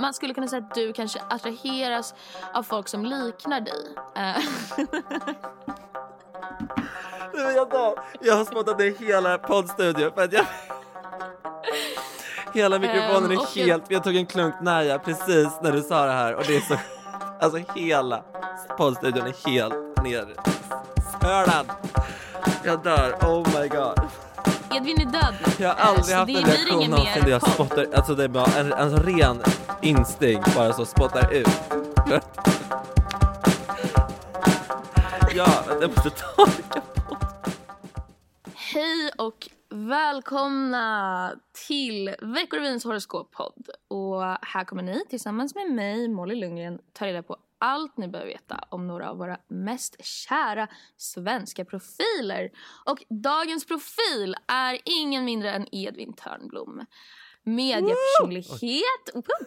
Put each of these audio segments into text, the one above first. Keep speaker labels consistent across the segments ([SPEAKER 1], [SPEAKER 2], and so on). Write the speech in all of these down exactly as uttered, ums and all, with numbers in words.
[SPEAKER 1] man skulle kunna säga att du kanske attraheras av folk som liknar dig.
[SPEAKER 2] jag, då, jag har spottat ner hela poddstudion för att jag... Hela mikrofonen är um, helt... Jag tog en klunk nära precis när du sa det här. Och det är så... Alltså hela poddstudion är helt ner. Hördan. Jag dör. Oh my god.
[SPEAKER 1] Edvin är död nu.
[SPEAKER 2] Jag har aldrig haft en reaktion någonsin där jag spottar. Alltså det är bara en, en ren instinkt. Bara så spottar ut. Ja, det måste torka på.
[SPEAKER 1] Hej och välkomna till Veckorevins horoskoppodd. Och här kommer ni tillsammans med mig, Molly Lundgren, ta reda på allt ni behöver veta om några av våra mest kära svenska profiler. Och dagens profil är ingen mindre än Edvin Törnblom. Mediepersonlighet,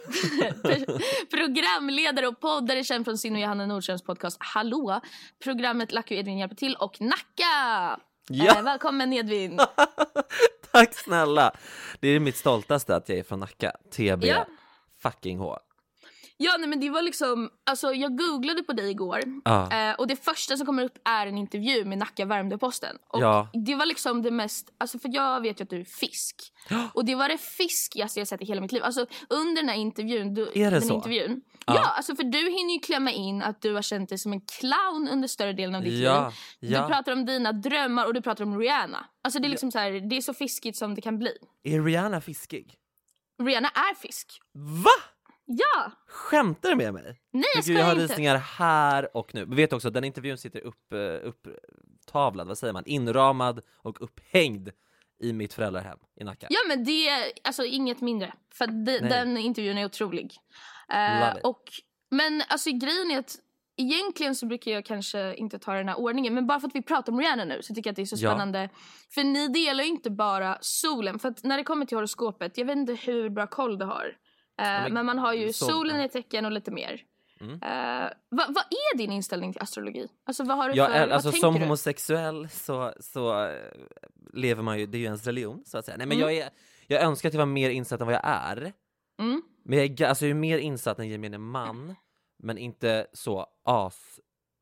[SPEAKER 1] programledare och poddare känd från sin och Johanna Nordströms podcast Hallå. Programmet Lack och Edvin hjälper till och Nacka.
[SPEAKER 2] Ja.
[SPEAKER 1] Eh, välkommen Edvin.
[SPEAKER 2] Tack snälla. Det är mitt stoltaste att jag är från Nacka. T B
[SPEAKER 1] ja.
[SPEAKER 2] fucking H.
[SPEAKER 1] Ja, nej, men det var liksom, alltså jag googlade på dig igår
[SPEAKER 2] ah.
[SPEAKER 1] eh, och det första som kommer upp är en intervju med Nacka Värmdö-Posten. Och
[SPEAKER 2] ja.
[SPEAKER 1] det var liksom det mest, alltså för jag vet ju att du är fisk. Och det var det fiskigaste jag sett i hela mitt liv. Alltså under den här intervjun, du,
[SPEAKER 2] är det
[SPEAKER 1] den
[SPEAKER 2] så?
[SPEAKER 1] intervjun.
[SPEAKER 2] Ah.
[SPEAKER 1] Ja, alltså för du hinner ju klämma in att du har känt dig som en clown under större delen av ditt
[SPEAKER 2] ja.
[SPEAKER 1] liv.
[SPEAKER 2] Ja.
[SPEAKER 1] Du pratar om dina drömmar och du pratar om Rihanna. Alltså det är liksom ja. så här, det är så fiskigt som det kan bli.
[SPEAKER 2] Är Rihanna fiskig?
[SPEAKER 1] Rihanna är fisk.
[SPEAKER 2] Va?
[SPEAKER 1] Ja!
[SPEAKER 2] Skämtar du med mig?
[SPEAKER 1] Nej, jag ska
[SPEAKER 2] jag har
[SPEAKER 1] inte.
[SPEAKER 2] risningar här och nu. Vi vet också att den intervjun sitter upp, upp tavlad, vad säger man? Inramad och upphängd i mitt föräldrahem i Nacka.
[SPEAKER 1] Ja, men det är alltså inget mindre. För de, den intervjun är otrolig. Uh, och, men alltså grejen är att egentligen så brukar jag kanske inte ta den här ordningen. Men bara för att vi pratar om Rihanna nu så tycker jag att det är så spännande. Ja. För ni delar ju inte bara solen. För att när det kommer till horoskopet, jag vet inte hur bra koll du har. Uh, men, men man har ju sol. solen i tecken och lite mer. Mm. Uh, vad va är din inställning till astrologi? Alltså vad har du
[SPEAKER 2] ja,
[SPEAKER 1] för,
[SPEAKER 2] alltså
[SPEAKER 1] vad
[SPEAKER 2] som
[SPEAKER 1] du?
[SPEAKER 2] homosexuell så, så lever man ju, det är ju ens religion så att säga. Nej men
[SPEAKER 1] mm.
[SPEAKER 2] jag, är, jag önskar att jag var mer insatt än vad jag är.
[SPEAKER 1] Mm.
[SPEAKER 2] Men jag är, alltså, jag är mer insatt än gemene man. Men inte så as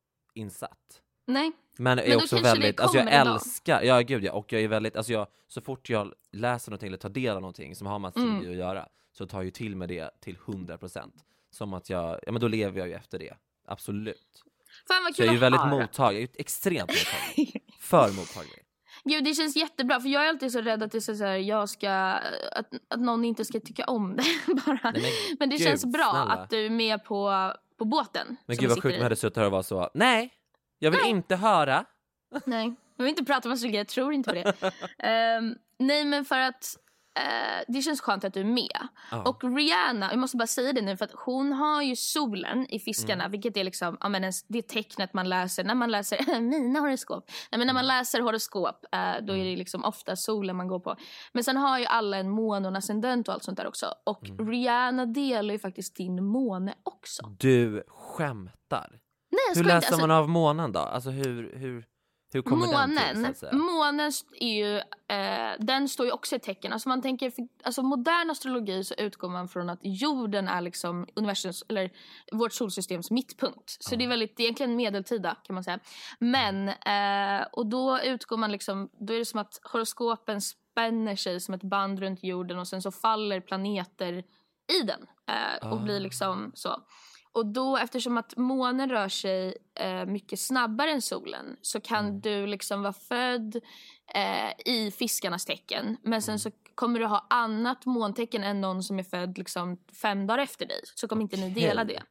[SPEAKER 2] insatt.
[SPEAKER 1] Nej.
[SPEAKER 2] Men jag är också väldigt, alltså jag älskar, ja gud ja, och jag är väldigt, alltså jag, så fort jag läser någonting eller tar del av någonting som har med astrologi mm. att göra, så tar jag ju till med det till hundra procent. Som att jag, ja men då lever jag ju efter det, absolut.
[SPEAKER 1] Fan vad kul.
[SPEAKER 2] Så jag är ju väldigt
[SPEAKER 1] höra.
[SPEAKER 2] mottaglig, jag är extremt mottaglig, för mottaglig.
[SPEAKER 1] Gud, det känns jättebra, för jag är alltid så rädd att det är så här, jag ska, att, att någon inte ska tycka om det bara. Nej, men, men det
[SPEAKER 2] gud,
[SPEAKER 1] känns bra
[SPEAKER 2] snälla.
[SPEAKER 1] att du är med på, på båten.
[SPEAKER 2] Men gud vad sjukt, man hade suttit här och var så, nej, jag vill
[SPEAKER 1] nej.
[SPEAKER 2] inte höra.
[SPEAKER 1] Nej, jag vill inte prata om astrologi, jag tror inte på det. um, nej, men för att uh, det känns skönt att du är med. Oh. Och Rihanna, jag måste bara säga det nu, för att hon har ju solen i fiskarna, mm. vilket är liksom, ja, men det tecknet man läser när man läser mina horoskop. Nej, men när man läser horoskop, uh, då är det liksom ofta solen man går på. Men sen har ju alla en måne och en ascendent och allt sånt där också. Och mm. Rihanna delar ju faktiskt din måne också.
[SPEAKER 2] Du skämtar.
[SPEAKER 1] Nej, jag
[SPEAKER 2] hur läser
[SPEAKER 1] inte, alltså,
[SPEAKER 2] man av månen då? Alltså hur, hur, hur kommer
[SPEAKER 1] månen,
[SPEAKER 2] den till, så att säga?
[SPEAKER 1] Månen är ju, eh, den står ju också i tecken. Alltså man tänker, för, alltså modern astrologi så utgår man från att jorden är liksom universums, eller vårt solsystems mittpunkt. Så mm. det är väldigt, det är egentligen medeltida kan man säga. Men, eh, och då utgår man liksom, då är det som att horoskopen spänner sig som ett band runt jorden och sen så faller planeter i den eh, och ah. blir liksom så. Och då, eftersom att månen rör sig eh, mycket snabbare än solen, så kan mm. du liksom vara född eh, i fiskarnas tecken. Men sen så kommer du ha annat måntecken än någon som är född liksom fem dagar efter dig. Så kommer okay. inte ni dela det.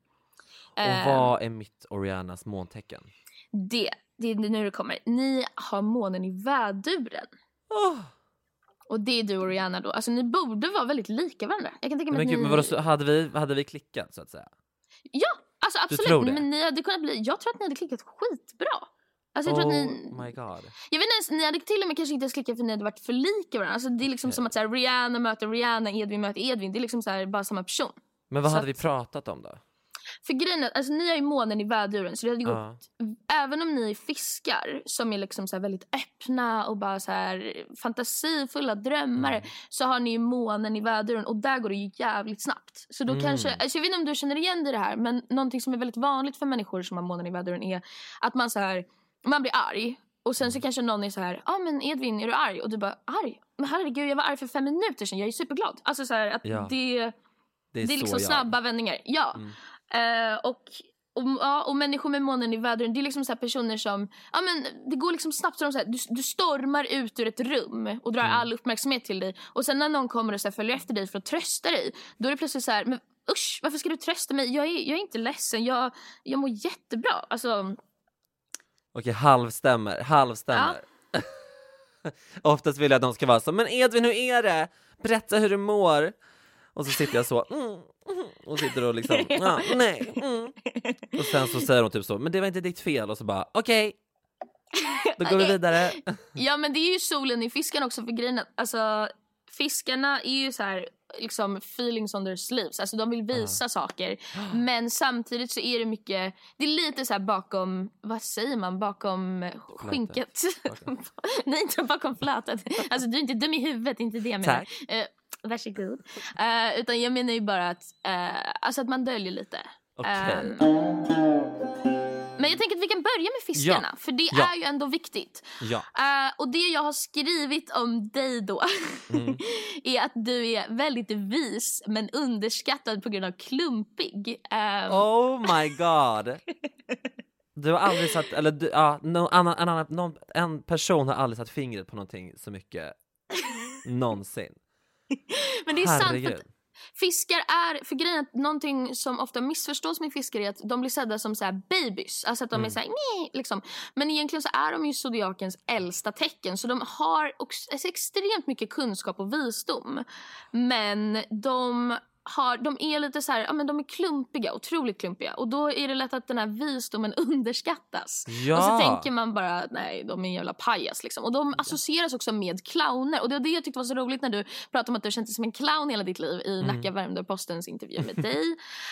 [SPEAKER 2] Och vad är mitt och Rihannas måntecken?
[SPEAKER 1] Det, det är nu det kommer. Ni har månen i väduren.
[SPEAKER 2] Oh.
[SPEAKER 1] Och det är du och Rihanna då. Alltså ni borde vara väldigt lika varandra. Jag kan tänka mig
[SPEAKER 2] men,
[SPEAKER 1] att
[SPEAKER 2] gud,
[SPEAKER 1] ni...
[SPEAKER 2] men vadå, hade, vi, hade vi klickat så att säga?
[SPEAKER 1] Ja, alltså absolut. Men ni hade kunnat bli, jag tror att ni hade klickat skitbra. Alltså jag
[SPEAKER 2] oh
[SPEAKER 1] tror att ni,
[SPEAKER 2] my god.
[SPEAKER 1] Jag vet inte, ni hade till och med kanske inte ens klickat för ni hade varit för lika varandra. Alltså det är liksom okay. som att så här, Rihanna möter Rihanna, Edvin möter Edvin. Det är liksom så här, bara samma person.
[SPEAKER 2] Men vad
[SPEAKER 1] så
[SPEAKER 2] hade
[SPEAKER 1] att,
[SPEAKER 2] vi pratat om då?
[SPEAKER 1] För grejen är, alltså ni är ju månen i väduren, så det hade gått,
[SPEAKER 2] Ja.
[SPEAKER 1] även om ni är fiskar som är liksom så här väldigt öppna och bara så här fantasifulla drömmar,
[SPEAKER 2] Mm.
[SPEAKER 1] så har ni ju månen i väduren och där går det ju jävligt snabbt. Så då
[SPEAKER 2] Mm.
[SPEAKER 1] kanske, alltså jag vet inte om du känner igen dig i det här, men någonting som är väldigt vanligt för människor som har månen i väduren är att man så här, man blir arg. Och sen så kanske någon är så här, ja ah, men Edvin, är du arg? Och du bara, arg? Men herregud, jag var arg för fem minuter sedan, jag är superglad. Alltså så här, att
[SPEAKER 2] Ja.
[SPEAKER 1] det,
[SPEAKER 2] Det är,
[SPEAKER 1] det är
[SPEAKER 2] så
[SPEAKER 1] liksom
[SPEAKER 2] jag.
[SPEAKER 1] snabba vändningar. Ja.
[SPEAKER 2] Mm.
[SPEAKER 1] Eh, och, och, ja, och människor med månen i väduren, det är liksom så här personer som, ja men det går liksom snabbt, så de så här, du, du stormar ut ur ett rum och drar
[SPEAKER 2] Mm.
[SPEAKER 1] all uppmärksamhet till dig. Och sen när någon kommer och så här, följer efter dig för att trösta dig, då är det plötsligt så här, men usch, varför ska du trösta mig? Jag är, jag är inte ledsen, jag, jag mår jättebra. Alltså,
[SPEAKER 2] Okej, halvstämmer, halvstämmer. Oftast vill jag att de ska vara så, men Edvin, hur är det? Berätta hur du mår. Och så sitter jag så, mm, mm, och sitter och liksom, ah, nej, mm. Och sen så säger de typ så, men det var inte ditt fel. Och så bara, okej, då går vi vidare.
[SPEAKER 1] ja, men det är ju solen i fiskarna också, för grejen att, alltså, fiskarna är ju så här, liksom feelings on their sleeves. Alltså de vill visa uh. saker. Men samtidigt så är det mycket, det är lite så här bakom, vad säger man, bakom skinket. Okay. Nej, inte bakom flätet. Alltså du är inte dum i huvudet, inte det jag menar. Uh, varsågod. Uh, utan jag menar ju bara att, uh, alltså att man döljer lite.
[SPEAKER 2] Okay.
[SPEAKER 1] Um, Men jag tänker att vi kan börja med fiskarna, ja. För det ja. är ju ändå viktigt.
[SPEAKER 2] Ja.
[SPEAKER 1] Uh, och det jag har skrivit om dig då mm. är att du är väldigt vis men underskattad på grund av klumpig. Um...
[SPEAKER 2] Oh my god. Du har aldrig satt, eller du, ja, no, annan, en, annan, någon, en person har aldrig satt fingret på någonting så mycket någonsin.
[SPEAKER 1] Men det är Herregud. sant för att fiskar är, för grejen att någonting som ofta missförstås med fiskar är att de blir sedda som så här babys, alltså att de mm. är så här, nej, liksom. Men egentligen så är de ju zodiakens äldsta tecken, så de har också, alltså, extremt mycket kunskap och visdom. Men de har, de är lite så här, ja men de är klumpiga, otroligt klumpiga, och då är det lätt att den här visdomen underskattas.
[SPEAKER 2] Ja.
[SPEAKER 1] Och så tänker man bara, nej, de är en jävla pajas liksom. Och de associeras också med clowner, och det var det jag tyckte var så roligt när du pratade om att du kände dig som en clown hela ditt liv i mm. Nacka Värmdö-Postens intervju med dig.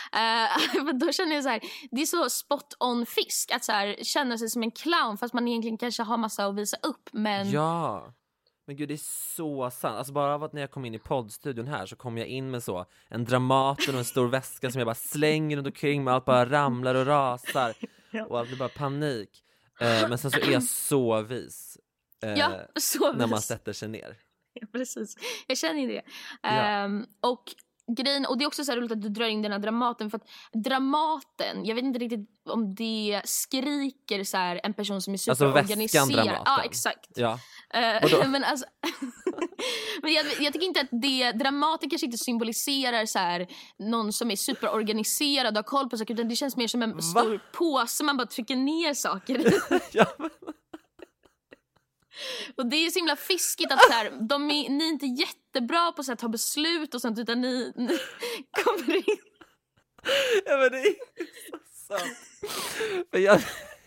[SPEAKER 1] uh, då känner jag så här, det är så spot on fisk att så här, känna sig som en clown fast man egentligen kanske har massa att visa upp, men
[SPEAKER 2] ja. Men gud, det är så sant. Alltså bara av att när jag kom in i poddstudion här så kom jag in med så en Dramaten och en stor väska som jag bara slänger runt omkring med, allt bara ramlar och rasar och allt blir bara panik. Eh, men sen så är jag så vis. Eh,
[SPEAKER 1] ja, så vis.
[SPEAKER 2] När man sätter sig ner.
[SPEAKER 1] Ja, precis. Jag känner ju det.
[SPEAKER 2] Ja.
[SPEAKER 1] Um, och grejen, och det är också så här roligt att du drar in den här Dramaten, för att Dramaten, jag vet inte riktigt om det skriker så här en person som är superorganiserad.
[SPEAKER 2] Alltså väskan
[SPEAKER 1] Ja, exakt.
[SPEAKER 2] Ja.
[SPEAKER 1] Uh, men alltså men jag, jag tycker inte att det Dramaten kanske inte symboliserar så här någon som är superorganiserad och har koll på saker, utan det känns mer som en Va? stor påse man bara trycker ner saker i.
[SPEAKER 2] Ja, men...
[SPEAKER 1] Och det är så himla fiskigt att så här, de är, ni är inte jättebra på att ta beslut och sånt, utan ni, ni kommer in.
[SPEAKER 2] Ja, men det är så sant. Men jag...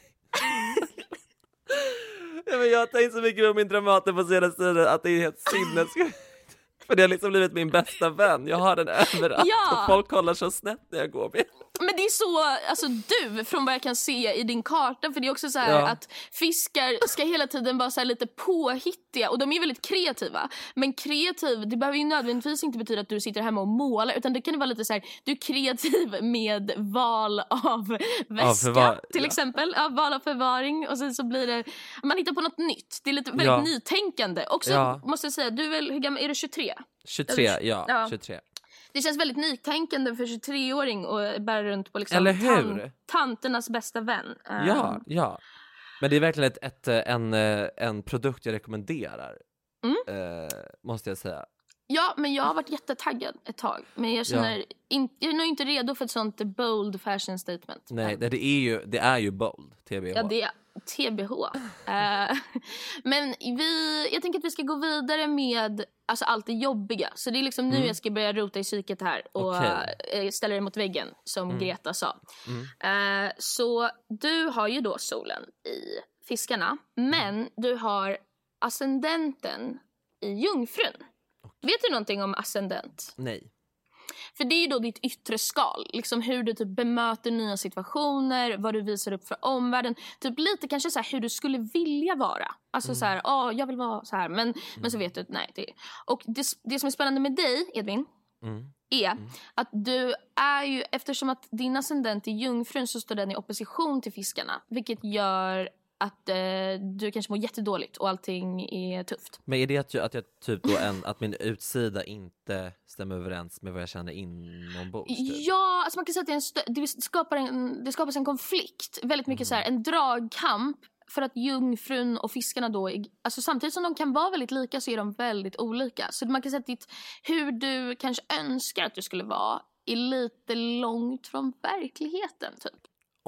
[SPEAKER 2] ja, men jag har tänkt så mycket på min Dramaten på senaste tiden att det är helt sinnessjukt. För det har liksom blivit min bästa vän. Jag har den överallt, ja. Och folk kollar så snett när jag går med.
[SPEAKER 1] Men det är så, alltså du, från vad jag kan se i din karta, för det är också så här
[SPEAKER 2] ja.
[SPEAKER 1] att fiskar ska hela tiden vara så här lite påhittiga, och de är väldigt kreativa. Men kreativ, det behöver ju nödvändigtvis inte betyda att du sitter hemma och målar, utan det kan vara lite så här, du är kreativ med val av väska, ja, till ja. exempel, ja, val av förvaring, och sen så blir det, man hittar på något nytt. Det är lite väldigt ja. nytänkande. Också ja. måste jag säga, du är väl, hur gammal är du, tjugotre?
[SPEAKER 2] tjugotre, ja, ja. tjugotre. Det
[SPEAKER 1] känns väldigt nytänkande för tjugotre-åring och bära runt på liksom
[SPEAKER 2] Eller hur?
[SPEAKER 1] Tan- tanternas bästa vän. Um.
[SPEAKER 2] Ja, ja. Men det är verkligen ett, ett, en, en produkt jag rekommenderar, mm. eh, måste jag säga.
[SPEAKER 1] Ja, men jag har varit jättetaggad ett tag. Men jag känner ja. in, jag är nog inte redo för ett sånt bold fashion statement.
[SPEAKER 2] Nej, det är ju, det är ju bold, T B H.
[SPEAKER 1] Ja, det är T B H. uh, men vi, jag tänker att vi ska gå vidare med alltså allt det jobbiga. Så det är liksom mm. nu jag ska börja rota i psyket här och okay. uh, ställa det mot väggen, som mm. Greta sa. Mm. Uh, så du har ju då solen i fiskarna, men du har ascendenten i jungfrun. Okay. Vet du någonting om ascendent?
[SPEAKER 2] Nej.
[SPEAKER 1] För det är ju då ditt yttre skal. Liksom hur du typ bemöter nya situationer. Vad du visar upp för omvärlden. Typ lite kanske så här hur du skulle vilja vara. Alltså mm. så här, ja oh, jag vill vara så här. Men, mm. men så vet du, nej. Det, och det, det som är spännande med dig, Edvin. Mm. Är mm. att du är ju, eftersom att din ascendent är jungfrun så står den i opposition till fiskarna. Vilket gör att eh, du kanske mår jättedåligt och allting är tufft.
[SPEAKER 2] Men är det att jag, att jag typ då en, att min utsida inte stämmer överens med vad jag känner inombords? Typ?
[SPEAKER 1] Ja, alltså man kan säga att det, är en stö- det, skapar en, det skapas en konflikt. Väldigt mycket mm. så här, en dragkamp. För att jungfrun och fiskarna då, är, alltså samtidigt som de kan vara väldigt lika så är de väldigt olika. Så man kan säga att ditt, hur du kanske önskar att du skulle vara är lite långt från verkligheten typ.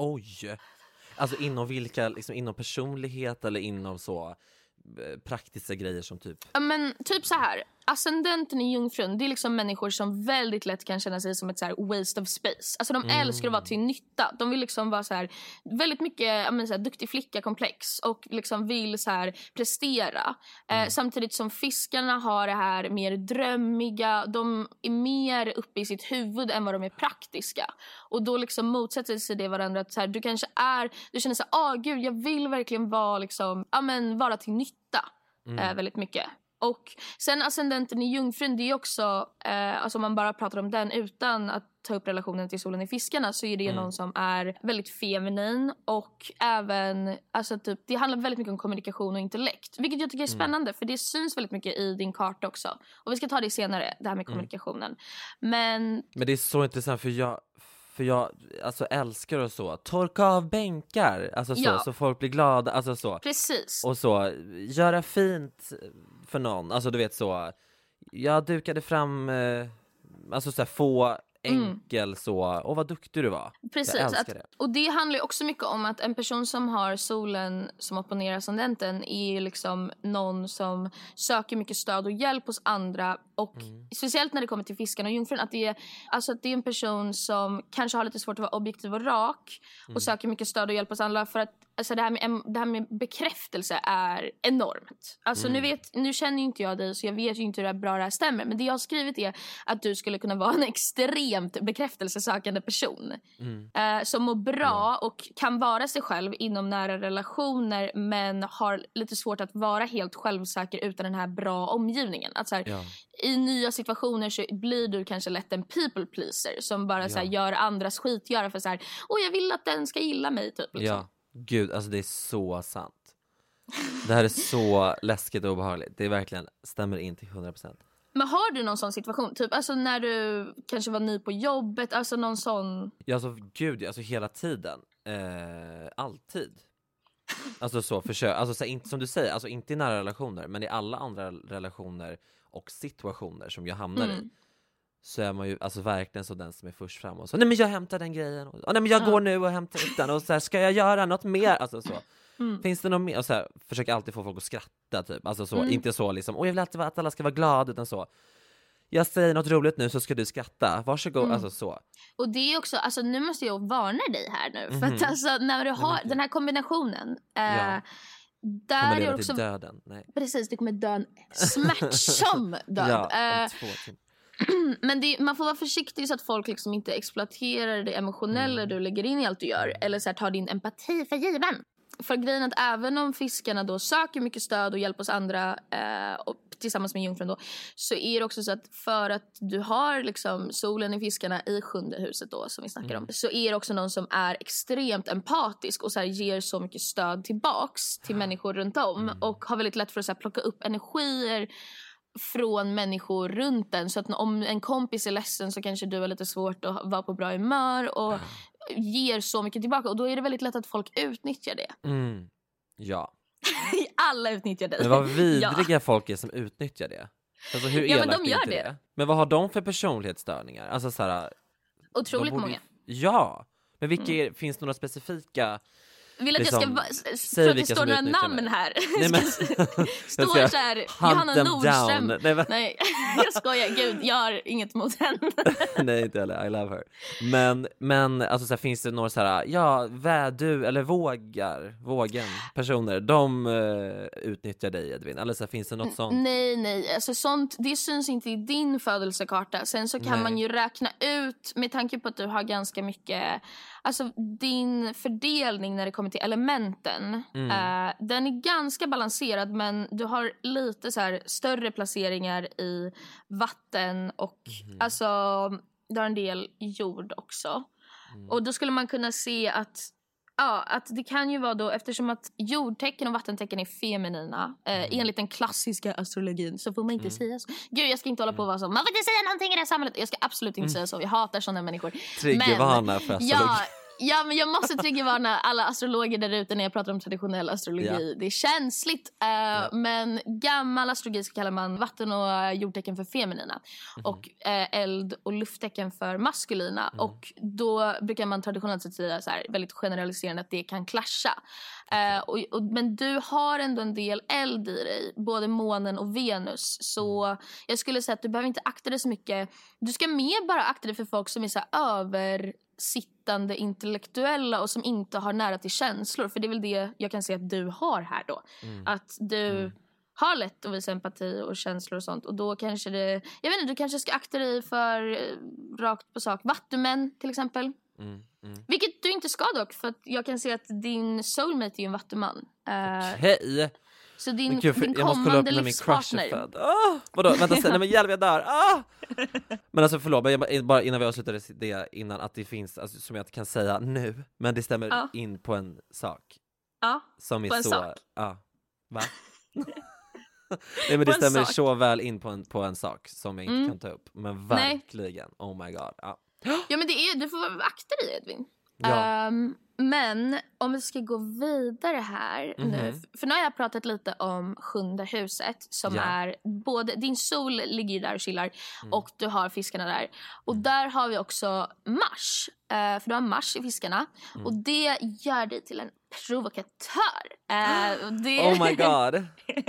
[SPEAKER 2] Oj! Alltså inom vilka, liksom inom personlighet eller inom så eh, praktiska grejer som typ?
[SPEAKER 1] Ja men typ så här. Ascendenten i jungfrun, det är liksom människor som väldigt lätt kan känna sig som ett så här waste of space. Alltså de mm. älskar att vara till nytta. De vill liksom vara så här väldigt mycket, jag menar så här, duktig flicka komplex och liksom vill så här prestera. Mm. Eh, samtidigt som fiskarna har det här mer drömmiga, de är mer uppe i sitt huvud än vad de är praktiska. Och då liksom motsätter sig det varandra att så här, du kanske är, du känner så här, ah gud, jag vill verkligen vara liksom, ja men vara till nytta mm. eh, väldigt mycket. Och sen ascendenten i jungfrun, det är också, eh, alltså om man bara pratar om den utan att ta upp relationen till solen i fiskarna så är det mm. någon som är väldigt feminin och även, alltså typ, det handlar väldigt mycket om kommunikation och intellekt. Vilket jag tycker är spännande mm. för det syns väldigt mycket i din karta också. Och vi ska ta det senare, det här med kommunikationen. Mm. Men...
[SPEAKER 2] Men det är så intressant för jag... För jag alltså, älskar och så. Torka av bänkar. Alltså så, ja. Så folk blir glada. Alltså så.
[SPEAKER 1] Precis.
[SPEAKER 2] Och så, göra fint för någon. Alltså du vet så. Jag dukade fram, eh, alltså så här, få enkel mm. så. Och vad duktig du var.
[SPEAKER 1] Precis.
[SPEAKER 2] Jag älskar
[SPEAKER 1] att,
[SPEAKER 2] det.
[SPEAKER 1] Och det handlar ju också mycket om att en person som har solen som opponerar ascendenten är liksom någon som söker mycket stöd och hjälp hos andra. Och mm. speciellt när det kommer till fiskarna och jungfrun att det är, alltså att det är en person som kanske har lite svårt att vara objektiv och rak och mm. söker mycket stöd och hjälp hos andra för att alltså det här med, det här med bekräftelse är enormt. Alltså mm. nu, vet, nu känner ju inte jag dig så jag vet ju inte hur bra det här stämmer. Men det jag har skrivit är att du skulle kunna vara en extremt bekräftelsesökande person. Mm. Eh, som mår bra ja. Och kan vara sig själv inom nära relationer men har lite svårt att vara helt självsäker utan den här bra omgivningen. Att så här, ja. I nya situationer så blir du kanske lätt en people pleaser som bara ja. Så här, gör andras skitgöra för så här, åh jag vill att den ska gilla mig typ. Liksom.
[SPEAKER 2] Ja. Gud, alltså det är så sant. Det här är så läskigt och obehagligt. Det är verkligen, stämmer in till hundra procent.
[SPEAKER 1] Men har du någon sån situation? Typ alltså när du kanske var ny på jobbet, alltså någon sån...
[SPEAKER 2] Ja, alltså gud, alltså hela tiden. Eh, alltid. Alltså så, försök. Alltså så, inte, som du säger, alltså inte i nära relationer, men i alla andra relationer och situationer som jag hamnar mm. i. Så är man ju alltså verkligen så den som är först fram och så, nej men jag hämtar den grejen och, nej men jag ja. går nu och hämtar ut den och så här, ska jag göra något mer? Alltså så, mm. finns det något mer? Och så här, försöker alltid få folk att skratta typ, alltså så, mm. inte så liksom, och jag vill alltid att alla ska vara glada utan så, jag säger något roligt nu så ska du skratta, varsågod, mm. alltså så.
[SPEAKER 1] Och det är också, alltså nu måste jag varna dig här nu, mm. för att alltså när du har den här kombinationen, eh,
[SPEAKER 2] ja.
[SPEAKER 1] där
[SPEAKER 2] kommer
[SPEAKER 1] är
[SPEAKER 2] leva
[SPEAKER 1] också...
[SPEAKER 2] till döden, nej.
[SPEAKER 1] Precis, du kommer dö en smärtsam död.
[SPEAKER 2] Ja, om
[SPEAKER 1] eh,
[SPEAKER 2] två timmar.
[SPEAKER 1] Men det, man får vara försiktig så att folk liksom inte exploaterar det emotionella mm. du lägger in i allt du gör. Eller så här, tar din empati för given. För grejen att även om fiskarna då söker mycket stöd och hjälp hos andra eh, och tillsammans med jungfrun då, så är det också så att för att du har liksom solen i fiskarna i sjunde huset då som vi snackar mm. om, så är det också någon som är extremt empatisk och så här, ger så mycket stöd tillbaks till människor runt om mm. och har väldigt lätt för att så här, plocka upp energier från människor runt den. Så att om en kompis är ledsen så kanske du har lite svårt att vara på bra humör och ger så mycket tillbaka. Och då är det väldigt lätt att folk utnyttjar det.
[SPEAKER 2] Mm. Ja.
[SPEAKER 1] Alla utnyttjar det.
[SPEAKER 2] Men vad vidriga ja. folk är som utnyttjar det. Alltså hur
[SPEAKER 1] ja, men de gör
[SPEAKER 2] det?
[SPEAKER 1] det.
[SPEAKER 2] Men vad har de för personlighetsstörningar? Alltså så här,
[SPEAKER 1] otroligt
[SPEAKER 2] borde...
[SPEAKER 1] många.
[SPEAKER 2] Ja. Men vilka är, mm. finns det några specifika
[SPEAKER 1] Vill att
[SPEAKER 2] liksom,
[SPEAKER 1] jag ska va- för att det står några namn mig. Här.
[SPEAKER 2] Nej, men,
[SPEAKER 1] står så här Johanna Nordström.
[SPEAKER 2] Nej, men...
[SPEAKER 1] Nej, jag skojar. Gud, jag har inget mot henne.
[SPEAKER 2] Nej, inte heller. I love her. Men, men alltså, så här, finns det några så här, ja, vädu eller vågar, vågen personer, de uh, utnyttjar dig, Edvin? Eller så här, finns det något sånt?
[SPEAKER 1] Nej, nej. Alltså, sånt, det syns inte i din födelsekarta. Sen så kan nej. man ju räkna ut, med tanke på att du har ganska mycket, alltså din fördelning när det kommer till elementen, mm. uh, den är ganska balanserad, men du har lite så här större placeringar i vatten och mm. alltså du har en del jord också. Mm. Och då skulle man kunna se att ja, att det kan ju vara då, eftersom att jordtecken och vattentecken är feminina, eh, mm. enligt den klassiska astrologin, så får man inte mm. säga så. Gud, jag ska inte hålla på och vara så, man får inte säga någonting i det här samhället. Jag ska absolut inte mm. säga så, jag hatar sådana människor.
[SPEAKER 2] Triggervarna för astrologi.
[SPEAKER 1] Ja, ja, men jag måste triggervarna alla astrologer där ute när jag pratar om traditionell astrologi. Ja. Det är känsligt, eh, ja. men gammal astrologi så kallar man vatten- och jordtecken för feminina. Mm. Och eh, eld- och lufttecken för maskulina. Mm. Och då brukar man traditionellt sett säga så här, väldigt generaliserande, att det kan clasha. Eh, och, och, men du har ändå en del eld i dig, både månen och Venus. Så mm. jag skulle säga att du behöver inte akta dig så mycket. Du ska mer bara akta dig för folk som är så här översittande intellektuella och som inte har nära till känslor. För det är väl det jag kan se att du har här då. Mm. Att du mm. har lätt att visa empati och känslor och sånt. Och då kanske det, jag vet inte, du kanske ska akta dig för eh, rakt på sak vattumän till exempel. Mm. Mm. Vilket du inte ska dock, för att jag kan se att din soulmate är ju en vattuman.
[SPEAKER 2] Okej. Okay.
[SPEAKER 1] Så din,
[SPEAKER 2] Gud,
[SPEAKER 1] din kommande livspartner.
[SPEAKER 2] Oh, vadå? Vänta, nej men hjälp, jag dör. Ah! Men alltså förlåt, jag, bara innan vi avslutade det, innan att det finns, alltså, som jag kan säga nu, men det stämmer ja. in på en sak.
[SPEAKER 1] Ja,
[SPEAKER 2] som är
[SPEAKER 1] på en
[SPEAKER 2] så,
[SPEAKER 1] sak.
[SPEAKER 2] Ja, va? Nej men det stämmer sak. så väl in på en, på en sak som jag inte mm. kan ta upp. Men verkligen, nej. Oh my god. Ja.
[SPEAKER 1] Ja, men det är, du får akta dig, Edvin.
[SPEAKER 2] Ja.
[SPEAKER 1] Um, men om vi ska gå vidare här mm-hmm. nu. För nu har jag pratat lite om sjunde huset. Som ja. är både, din sol ligger ju där och chillar. Mm. Och du har fiskarna där. Och mm. där har vi också Mars. Uh, för du har Mars i fiskarna. Mm. Och det gör dig till en provokatör. Uh, det...
[SPEAKER 2] Oh my god.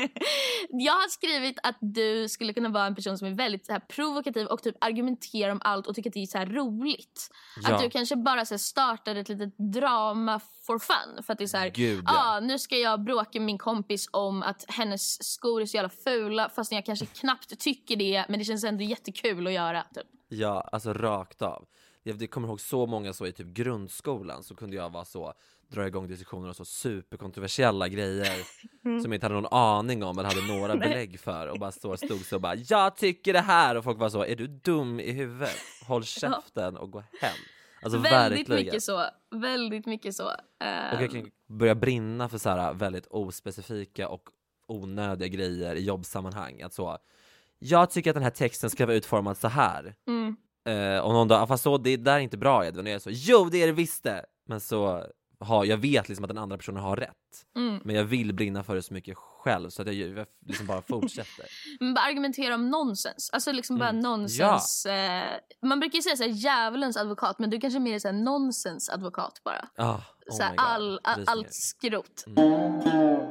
[SPEAKER 1] Jag har skrivit att du skulle kunna vara en person som är väldigt så här, provokativ och typ argumenterar om allt och tycker att det är så här roligt. Ja. Att du kanske bara så här, startar ett litet drama for fun. För att det är så här,
[SPEAKER 2] Gud, ja.
[SPEAKER 1] ah, nu ska jag bråka med min kompis om att hennes skor är så jävla fula. Fast jag kanske knappt tycker det, men det känns ändå jättekul att göra. Typ.
[SPEAKER 2] Ja, alltså rakt av. Jag kommer ihåg så många så i typ grundskolan så kunde jag vara så, dra igång diskussioner och så superkontroversiella grejer mm. som jag inte hade någon aning om eller hade några belägg för och bara stod, stod så och bara, jag tycker det här, och folk var så, är du dum i huvudet? Håll käften och gå hem. Alltså
[SPEAKER 1] väldigt
[SPEAKER 2] verkligen.
[SPEAKER 1] mycket så, väldigt mycket så. Um...
[SPEAKER 2] Och jag kan börja brinna för så här väldigt ospecifika och onödiga grejer i jobbsammanhang. Att så, jag tycker att den här texten ska vara utformad så här.
[SPEAKER 1] Mm.
[SPEAKER 2] Uh, och någon dag, fast så, det där är inte bra, Edvin. Och jag är så, jo det är det visst det. Men så, ha, jag vet liksom att den andra personen har rätt.
[SPEAKER 1] Mm.
[SPEAKER 2] Men jag vill brinna för det så mycket själv så att jag, jag liksom bara fortsätter.
[SPEAKER 1] Men bara argumentera om nonsens. Alltså liksom bara mm. nonsens. Ja. Eh, man brukar ju säga såhär djävulens advokat, men du kanske mer är såhär nonsens advokat bara.
[SPEAKER 2] Oh, oh
[SPEAKER 1] såhär all, all, allt skrot.
[SPEAKER 2] Mm.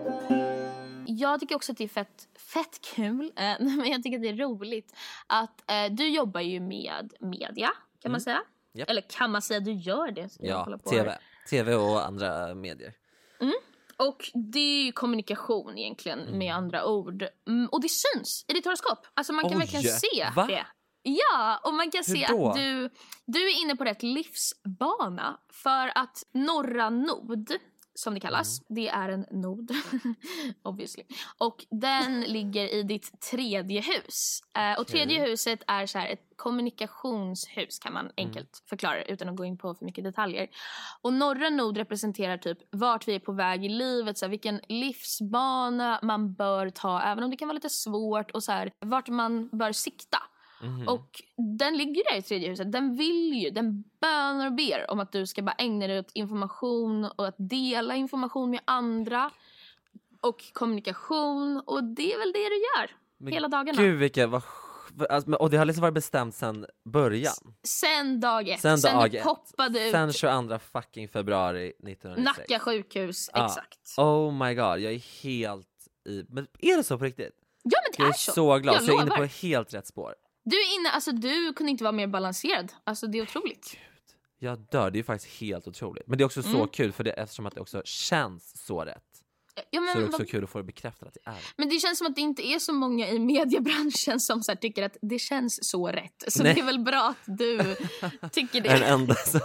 [SPEAKER 1] Jag tycker också att det är fett, fett kul, eh, men jag tycker att det är roligt att eh, du jobbar ju med media, kan mm. man säga. Yep. Eller kan man säga att du gör det?
[SPEAKER 2] Ja, tv. tv och andra medier.
[SPEAKER 1] Mm. Och det är ju kommunikation egentligen mm. med andra ord. Mm, och det syns i ditt horoskop. Alltså man kan Oj, verkligen se va? det. Ja, och man kan Hur se då? att du, du är inne på rätt livsbana. För att norra nod, som det kallas, mm. det är en nod, obviously. Och den ligger i ditt tredje hus. Uh, och tredje okay. huset är så här ett kommunikationshus, kan man enkelt mm. förklara utan att gå in på för mycket detaljer. Och norra nod representerar typ vart vi är på väg i livet, så här, vilken livsbana man bör ta, även om det kan vara lite svårt, och så här, vart man bör sikta. Mm. Och den ligger där i tredje huset. Den vill ju, den bönar och ber om att du ska bara ägna dig åt information och att dela information med andra och kommunikation, och det är väl det du gör Men hela dagarna.
[SPEAKER 2] Gud, vilka, vad, alltså, och det har liksom varit bestämt sen början.
[SPEAKER 1] Sen dag ett.
[SPEAKER 2] Sen,
[SPEAKER 1] sen
[SPEAKER 2] dag
[SPEAKER 1] det
[SPEAKER 2] ett.
[SPEAKER 1] poppade ut.
[SPEAKER 2] Sen tjugoandra fucking februari nittonhundranittiosex.
[SPEAKER 1] Nacka sjukhus,
[SPEAKER 2] ja.
[SPEAKER 1] exakt.
[SPEAKER 2] Oh my god, jag är helt i... Men är det så på riktigt?
[SPEAKER 1] Ja, men det
[SPEAKER 2] jag
[SPEAKER 1] är,
[SPEAKER 2] är
[SPEAKER 1] så.
[SPEAKER 2] så glad,
[SPEAKER 1] jag
[SPEAKER 2] så jag är inne
[SPEAKER 1] lovar.
[SPEAKER 2] på helt rätt spår.
[SPEAKER 1] Du är inne, alltså du kunde inte vara mer balanserad. Alltså det är otroligt.
[SPEAKER 2] Gud, jag dör, det är faktiskt helt otroligt. Men det är också så
[SPEAKER 1] Mm.
[SPEAKER 2] kul för det, eftersom att det också känns så rätt.
[SPEAKER 1] Ja, men,
[SPEAKER 2] så är det också
[SPEAKER 1] vad...
[SPEAKER 2] kul att få det bekräftat att det är det.
[SPEAKER 1] Men det känns som att det inte är så många i mediebranschen som så här tycker att det känns så rätt. Så
[SPEAKER 2] Nej.
[SPEAKER 1] det är väl bra att du tycker det.
[SPEAKER 2] Den enda som,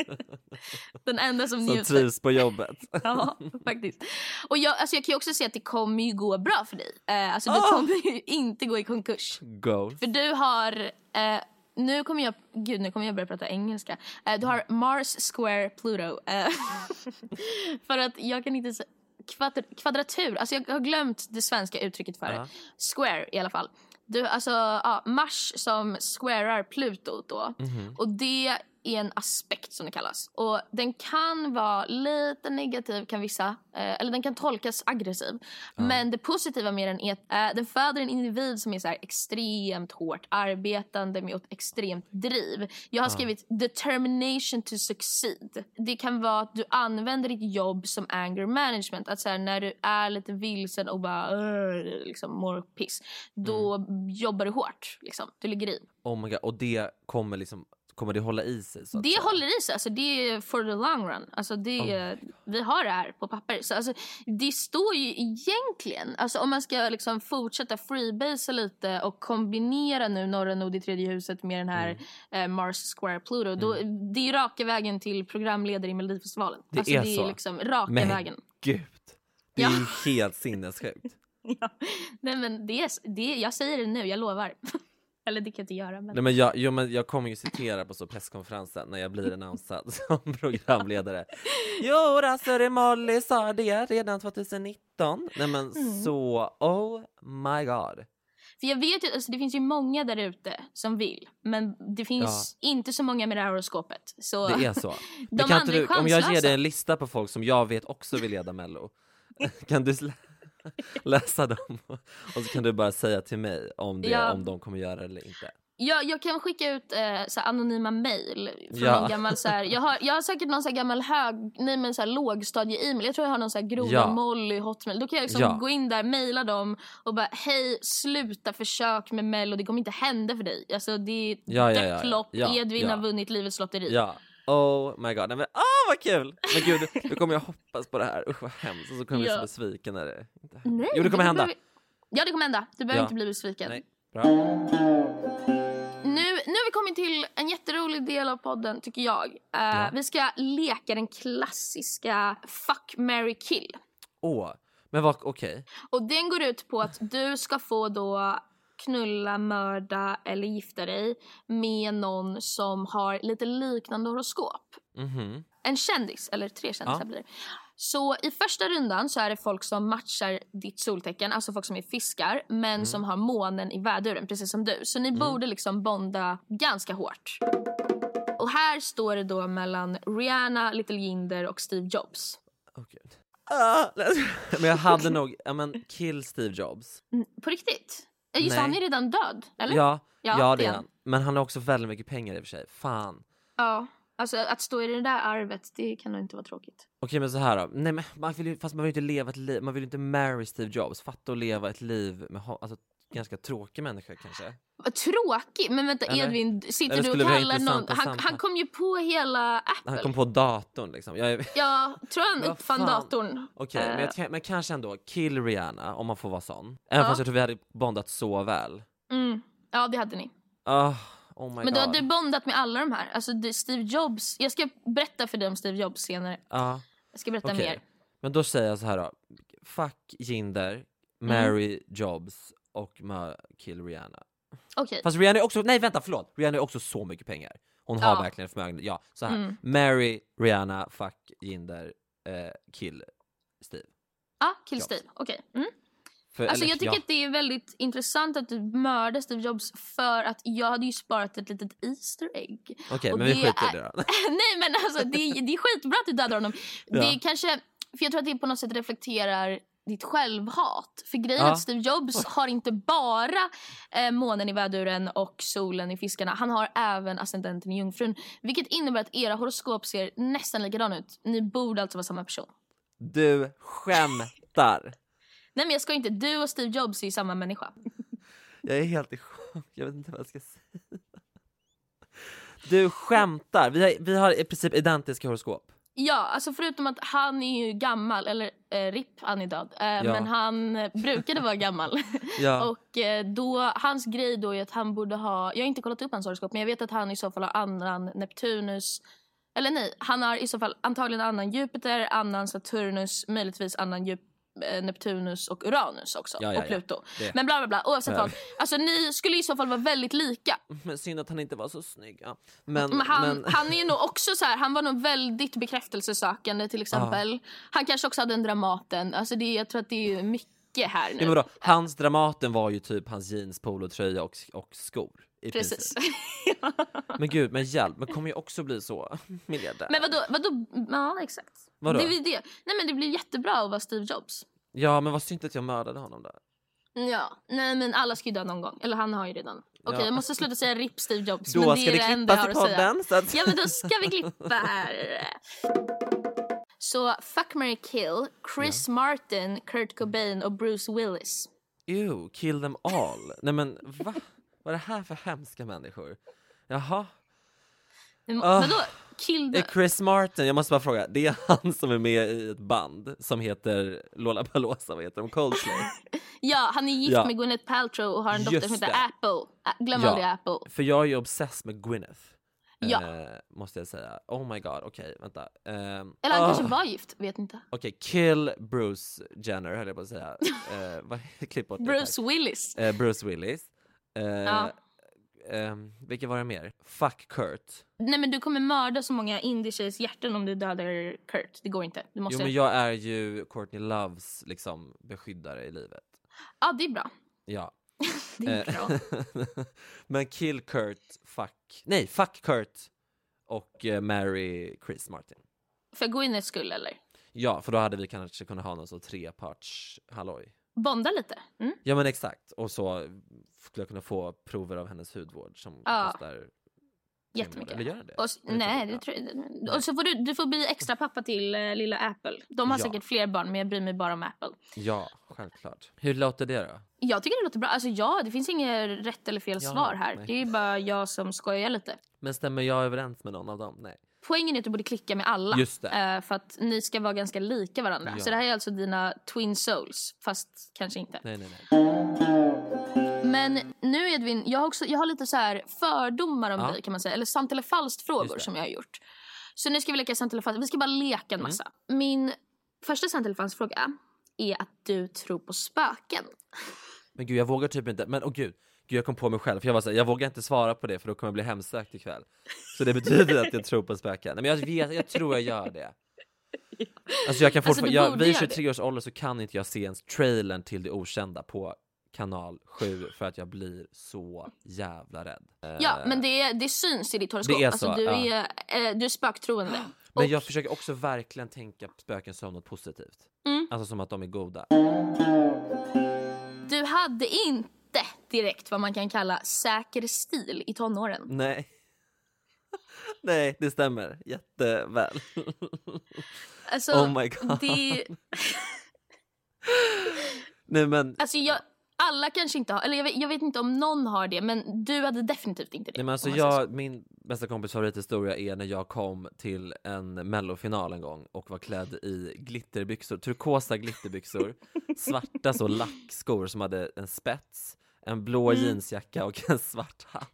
[SPEAKER 1] Den enda som,
[SPEAKER 2] som
[SPEAKER 1] njuter.
[SPEAKER 2] trivs på jobbet.
[SPEAKER 1] Ja, faktiskt. Och jag, alltså jag kan ju också säga att det kommer ju gå bra för dig. Eh, alltså du
[SPEAKER 2] Oh!
[SPEAKER 1] kommer ju inte gå i konkurs.
[SPEAKER 2] Go.
[SPEAKER 1] För du har... Eh, nu kommer jag... Gud, nu kommer jag börja prata engelska. Eh, du har Mars Square Pluto. Eh, för att jag kan inte... Kvadr, kvadratur. Alltså jag har glömt det svenska uttrycket för det.
[SPEAKER 2] Ja.
[SPEAKER 1] Square i alla fall. Du, alltså, ja, Mars som squarear Pluto då.
[SPEAKER 2] Mhm.
[SPEAKER 1] Och det är en aspekt som det kallas. Och den kan vara lite negativ kan vissa. Eh, eller den kan tolkas aggressiv. Men det positiva med den är att eh, den föder en individ som är så här extremt hårt arbetande med ett extremt driv. Jag har skrivit determination to succeed. Det kan vara att du använder ditt jobb som anger management. Att så här, när du är lite vilsen och bara "Åh", liksom mår piss. Då
[SPEAKER 2] Mm.
[SPEAKER 1] jobbar du hårt. Liksom. Du ligger i.
[SPEAKER 2] Oh my god, och det kommer liksom kommer det hålla i sig så att
[SPEAKER 1] Det
[SPEAKER 2] säga.
[SPEAKER 1] håller i sig, alltså det är for the long run. Alltså det
[SPEAKER 2] Oh.
[SPEAKER 1] vi har det här på papper. Så alltså det står ju egentligen, alltså om man ska liksom fortsätta freebasea lite och kombinera nu norra nord i tredje huset med den här
[SPEAKER 2] Mm.
[SPEAKER 1] eh, Mars Square Pluto, då det är ju raka vägen till programledare i Melodifestivalen.
[SPEAKER 2] Det
[SPEAKER 1] alltså
[SPEAKER 2] är
[SPEAKER 1] det är
[SPEAKER 2] så.
[SPEAKER 1] liksom raka
[SPEAKER 2] Men
[SPEAKER 1] vägen.
[SPEAKER 2] gud, det är
[SPEAKER 1] Ja.
[SPEAKER 2] ju helt sinnessjukt.
[SPEAKER 1] Ja. Nej men det är, det jag säger det nu, jag lovar. Eller det kan jag inte göra men.
[SPEAKER 2] Nej, men jag, jo, men jag kommer ju citera på så presskonferensen när jag blir annonsad som programledare. Jo, alltså Molly sa det redan tjugonitton. Nej men
[SPEAKER 1] Mm.
[SPEAKER 2] så, oh my god.
[SPEAKER 1] För jag vet ju, alltså det finns ju många där ute som vill. Men det finns inte så många med det här horoskopet. Så
[SPEAKER 2] Det är så.
[SPEAKER 1] de
[SPEAKER 2] Det kan
[SPEAKER 1] andra
[SPEAKER 2] inte
[SPEAKER 1] är
[SPEAKER 2] du, om jag ger
[SPEAKER 1] chanslösa.
[SPEAKER 2] dig en lista på folk som jag vet också vill leda Mello. Kan du slä- läsa dem? Och så kan du bara säga till mig om, det,
[SPEAKER 1] Ja.
[SPEAKER 2] om de kommer göra det eller inte.
[SPEAKER 1] Jag, jag kan skicka ut eh, så här, anonyma mejl från
[SPEAKER 2] Ja.
[SPEAKER 1] någon gammal så här, jag har jag har säkert någon så här gammal hög nej men så här lågstadie-email. Jag tror jag har någon så här grova
[SPEAKER 2] Ja.
[SPEAKER 1] Molly hotmail. Då kan jag liksom
[SPEAKER 2] Ja.
[SPEAKER 1] gå in där, mejla dem och bara hej, sluta försök med Mello, det kommer inte hända för dig. Alltså det är ett
[SPEAKER 2] Ja, ja, ja,
[SPEAKER 1] dött
[SPEAKER 2] ja.
[SPEAKER 1] lopp.
[SPEAKER 2] Ja,
[SPEAKER 1] Edvin
[SPEAKER 2] ja.
[SPEAKER 1] har vunnit livets lotteri.
[SPEAKER 2] Ja, oh my god. Nej, men, ah, vad kul! Men gud, nu kommer jag hoppas på det här. Usch vad hemskt. Och så kommer jag
[SPEAKER 1] Ja.
[SPEAKER 2] bli så besviken när det inte händer.
[SPEAKER 1] Nej,
[SPEAKER 2] Jo, det kommer hända.
[SPEAKER 1] behöver- Ja, det kommer hända. Du behöver
[SPEAKER 2] Ja.
[SPEAKER 1] inte bli besviken.
[SPEAKER 2] Nej, bra.
[SPEAKER 1] Nu, nu har vi kommit till en jätterolig del av podden, tycker jag. Uh,
[SPEAKER 2] Ja.
[SPEAKER 1] Vi ska leka den klassiska Fuck, marry, kill.
[SPEAKER 2] Åh, men vad, okej.
[SPEAKER 1] Och den går ut på att du ska få då knulla, mörda eller gifta dig med någon som har lite liknande horoskop.
[SPEAKER 2] Mhm.
[SPEAKER 1] En kändis, eller tre kändisar
[SPEAKER 2] Ja.
[SPEAKER 1] blir det. Så i första rundan så är det folk som matchar ditt soltecken, alltså folk som är fiskar, men
[SPEAKER 2] Mm.
[SPEAKER 1] som har månen i väduren, precis som du. Så ni borde liksom bonda ganska hårt. Och här står det då mellan Rihanna, Little Jinder och Steve Jobs.
[SPEAKER 2] Åh, gud. Ah, men jag hade nog, ja men kill Steve Jobs.
[SPEAKER 1] Mm, på riktigt? Eh, Just
[SPEAKER 2] Nej.
[SPEAKER 1] han är redan död, eller?
[SPEAKER 2] Ja,
[SPEAKER 1] Ja,
[SPEAKER 2] ja,
[SPEAKER 1] det
[SPEAKER 2] det
[SPEAKER 1] är
[SPEAKER 2] är
[SPEAKER 1] han.
[SPEAKER 2] han. Men han har också väldigt mycket pengar i och för sig. Fan.
[SPEAKER 1] Ja. Alltså att stå i det där arvet, det kan nog inte vara tråkigt.
[SPEAKER 2] Okej, men så här då. Nej, men man vill ju, fast man vill ju inte leva ett liv. Man vill ju inte marry Steve Jobs. Fatta att leva ett liv med ho- alltså, ganska tråkig människa kanske.
[SPEAKER 1] Vad tråkigt, men vänta
[SPEAKER 2] Eller-
[SPEAKER 1] Edvin, sitter
[SPEAKER 2] eller
[SPEAKER 1] du och
[SPEAKER 2] skulle vi ha
[SPEAKER 1] kallar någon...
[SPEAKER 2] intressanta
[SPEAKER 1] Han,
[SPEAKER 2] samtal?
[SPEAKER 1] han kom ju på hela Apple.
[SPEAKER 2] Han kom på datorn liksom. Jag är...
[SPEAKER 1] Ja, tror han
[SPEAKER 2] Vad
[SPEAKER 1] uppfann
[SPEAKER 2] fan?
[SPEAKER 1] datorn.
[SPEAKER 2] Okej, men,
[SPEAKER 1] Eh,
[SPEAKER 2] jag, kan- men kanske ändå kill Rihanna om man får vara sån. Även
[SPEAKER 1] Ja.
[SPEAKER 2] fast jag tror vi hade bondat så väl.
[SPEAKER 1] mm, ja, det hade ni.
[SPEAKER 2] Ah, oh my
[SPEAKER 1] Men
[SPEAKER 2] god.
[SPEAKER 1] du hade bondat med alla de här. Alltså det- Steve Jobs. Jag ska berätta för dig om Steve Jobs senare.
[SPEAKER 2] Ja,
[SPEAKER 1] Jag ska berätta
[SPEAKER 2] okej.
[SPEAKER 1] mer.
[SPEAKER 2] Men då säger jag så här då. Fuck Jinder, marry Jobs och ma- kill Rihanna.
[SPEAKER 1] Okej.
[SPEAKER 2] Fast Rihanna är också, nej vänta förlåt. Rihanna är också så mycket pengar. Hon har
[SPEAKER 1] Ja.
[SPEAKER 2] verkligen förmögenhet. Ja, så här.
[SPEAKER 1] Mm.
[SPEAKER 2] Marry Rihanna, fuck Jinder, eh, kill Steve.
[SPEAKER 1] Ja, kill
[SPEAKER 2] Jobs.
[SPEAKER 1] Steve. Okej. Mm.
[SPEAKER 2] För,
[SPEAKER 1] Alltså
[SPEAKER 2] eller,
[SPEAKER 1] jag tycker
[SPEAKER 2] ja.
[SPEAKER 1] att det är väldigt intressant att du mördar Steve Jobs, för att jag hade ju sparat ett litet Easter egg.
[SPEAKER 2] Okej,
[SPEAKER 1] och
[SPEAKER 2] men vi
[SPEAKER 1] det
[SPEAKER 2] skiter i
[SPEAKER 1] är-
[SPEAKER 2] det då.
[SPEAKER 1] Nej men alltså det, är- det är skitbra att du dödar honom.
[SPEAKER 2] Ja.
[SPEAKER 1] Det är kanske, för jag tror att det på något sätt reflekterar ditt självhat. För grejen är
[SPEAKER 2] Ja.
[SPEAKER 1] att Steve Jobs har inte bara eh, månen i väduren och solen i fiskarna. Han har även ascendenten i jungfrun. Vilket innebär att era horoskop ser nästan likadana ut. Ni borde alltså vara samma person.
[SPEAKER 2] Du skämtar.
[SPEAKER 1] Nej, men jag ska inte. Du och Steve Jobs är ju samma människa.
[SPEAKER 2] Jag är helt i chock. Jag vet inte vad jag ska säga. Du skämtar. Vi har, vi har i princip identiska horoskop.
[SPEAKER 1] Ja, alltså förutom att han är ju gammal, eller eh, R I P, han är död. Eh,
[SPEAKER 2] Ja.
[SPEAKER 1] Men han eh, brukade vara gammal.
[SPEAKER 2] Ja.
[SPEAKER 1] Och eh, då, hans grej då är att han borde ha, jag har inte kollat upp hans horoskop, men jag vet att han i så fall har annan Neptunus. Eller nej, han har i så fall antagligen annan Jupiter, annan Saturnus, möjligtvis annan Jupiter. Neptunus och Uranus också.
[SPEAKER 2] Ja, ja,
[SPEAKER 1] och Pluto.
[SPEAKER 2] Ja. Det.
[SPEAKER 1] Men bla bla bla, oavsett
[SPEAKER 2] Ja.
[SPEAKER 1] vad. Alltså ni skulle i så fall vara väldigt lika.
[SPEAKER 2] Men synd att han inte var så snygg. Ja. Men,
[SPEAKER 1] Men han,
[SPEAKER 2] men...
[SPEAKER 1] han är ju nog också så här, han var nog väldigt bekräftelsesökande till exempel. Han kanske också hade en Dramaten. Alltså det, jag tror att det är mycket här nu.
[SPEAKER 2] Ja, men vadå? Hans Dramaten var ju typ hans jeans, polotröja och, och skor. I
[SPEAKER 1] Precis.
[SPEAKER 2] ja. Men gud, men hjälp. Men kommer ju också bli så miljardär.
[SPEAKER 1] Men vadå, vadå? Ja, exakt.
[SPEAKER 2] Vadå?
[SPEAKER 1] Det är ju det. Nej, men det blir jättebra att vara Steve Jobs.
[SPEAKER 2] Ja, men vad synd att jag mördade honom där.
[SPEAKER 1] Ja, nej men alla ska ju dö någon gång. Eller han har ju redan. Okej, okay,
[SPEAKER 2] Ja.
[SPEAKER 1] jag måste sluta säga R I P Steve Jobs.
[SPEAKER 2] Då
[SPEAKER 1] men det
[SPEAKER 2] ska
[SPEAKER 1] är
[SPEAKER 2] det
[SPEAKER 1] det enda jag
[SPEAKER 2] klippas
[SPEAKER 1] har
[SPEAKER 2] i
[SPEAKER 1] att säga.
[SPEAKER 2] podden. Så att...
[SPEAKER 1] Ja, men då ska vi klippa här. Så fuck, marry, kill. Chris ja. Martin, Kurt Cobain och Bruce Willis.
[SPEAKER 2] Ew, kill them all. Nej men va? Vad är det här för hemska människor? Jaha.
[SPEAKER 1] Men, oh. Vadå? Kill the...
[SPEAKER 2] Chris Martin, jag måste bara fråga. Det är han som är med i ett band som heter Lollapalooza, vad heter de? Coldplay.
[SPEAKER 1] Ja, han är gift ja. med Gwyneth Paltrow och har en dotter
[SPEAKER 2] Just
[SPEAKER 1] som heter
[SPEAKER 2] det.
[SPEAKER 1] Apple. Glöm
[SPEAKER 2] ja.
[SPEAKER 1] aldrig Apple.
[SPEAKER 2] För jag är ju obsess med Gwyneth.
[SPEAKER 1] Ja.
[SPEAKER 2] Eh, måste jag säga. Oh my god, okej, okay, vänta. Eh,
[SPEAKER 1] Eller han oh. kanske var gift, vet inte.
[SPEAKER 2] Okej, okay, kill Bruce Jenner, höll jag på att säga. Eh, vad, klipp bort
[SPEAKER 1] Bruce Willis.
[SPEAKER 2] Eh, Bruce Willis. Eh,
[SPEAKER 1] ja.
[SPEAKER 2] eh, vilka var det mer? Fuck Kurt.
[SPEAKER 1] Nej, men du kommer mörda så många indie-tjejs hjärtan om du dödar Kurt. Det går inte. Du måste...
[SPEAKER 2] Jo, men jag är ju Courtney Loves liksom beskyddare i livet.
[SPEAKER 1] Ja, det är bra.
[SPEAKER 2] Ja.
[SPEAKER 1] Det är bra.
[SPEAKER 2] Men kill Kurt, fuck. Nej, fuck Kurt och uh, marry Chris Martin.
[SPEAKER 1] För Gwyneths skull, eller?
[SPEAKER 2] Ja, för då hade vi kanske kunnat ha någon så treparts halloj.
[SPEAKER 1] Bonda lite. Mm.
[SPEAKER 2] Ja, men exakt. Och så skulle jag kunna få prover av hennes hudvård som
[SPEAKER 1] ja.
[SPEAKER 2] kostar
[SPEAKER 1] jättemycket.
[SPEAKER 2] Eller gör det?
[SPEAKER 1] Och, nej, det tror jag. Och så får du, du får bli extra pappa till uh, lilla Apple. De har ja. säkert fler barn, men jag bryr mig bara om Apple.
[SPEAKER 2] Ja, självklart. Hur låter det då?
[SPEAKER 1] Jag tycker det låter bra. Alltså ja, det finns inget rätt eller fel
[SPEAKER 2] ja,
[SPEAKER 1] svar här.
[SPEAKER 2] Nej.
[SPEAKER 1] Det är bara jag som skojar lite.
[SPEAKER 2] Men stämmer jag överens med någon av dem? Nej.
[SPEAKER 1] Poängen är att du borde klicka med alla.
[SPEAKER 2] Just det.
[SPEAKER 1] Uh, för att ni ska vara ganska lika varandra. Ja. Så det här är alltså dina twin souls. Fast kanske inte.
[SPEAKER 2] Nej, nej, nej.
[SPEAKER 1] Men nu Edvin, jag har, också, jag har lite så här fördomar om
[SPEAKER 2] ja.
[SPEAKER 1] dig kan man säga. Eller sant eller falskt frågor som jag har gjort. Så nu ska vi leka sant eller falskt. Vi ska bara leka en massa. Mm. Min första sant eller falskt fråga är att du tror på spöken.
[SPEAKER 2] Men gud, jag vågar typ inte. Men åh gud, gud, jag kom på mig själv. För jag var så här, jag vågar inte svara på det för då kommer jag bli hemsökt ikväll. Så det betyder att jag tror på spöken. Men jag vet, jag tror jag gör det.
[SPEAKER 1] Ja.
[SPEAKER 2] Alltså jag kan fortfarande,
[SPEAKER 1] alltså,
[SPEAKER 2] jag, vid tjugotre års ålder så kan inte jag se ens trailern till Det Okända på kanal sju för att jag blir så jävla rädd.
[SPEAKER 1] Ja, men det, det syns i ditt horoskop.
[SPEAKER 2] Det är så,
[SPEAKER 1] alltså, du,
[SPEAKER 2] ja.
[SPEAKER 1] är, du är spöktroende.
[SPEAKER 2] Men
[SPEAKER 1] och...
[SPEAKER 2] jag försöker också verkligen tänka på spöken som något positivt.
[SPEAKER 1] Mm.
[SPEAKER 2] Alltså som att de är goda.
[SPEAKER 1] Du hade inte direkt vad man kan kalla säker stil i tonåren.
[SPEAKER 2] Nej. Nej, det stämmer. Jätteväl.
[SPEAKER 1] Alltså,
[SPEAKER 2] oh my god.
[SPEAKER 1] Det...
[SPEAKER 2] Nej, men...
[SPEAKER 1] Alltså jag... Alla kanske inte har, eller jag vet, jag vet inte om någon har det, men du hade definitivt inte det.
[SPEAKER 2] Nej, men alltså jag, min bästa kompis favorithistoria är när jag kom till en mellofinal en gång och var klädd i glitterbyxor, turkosa glitterbyxor, svarta så lackskor som hade en spets, en blå mm. jeansjacka och en svart hatt.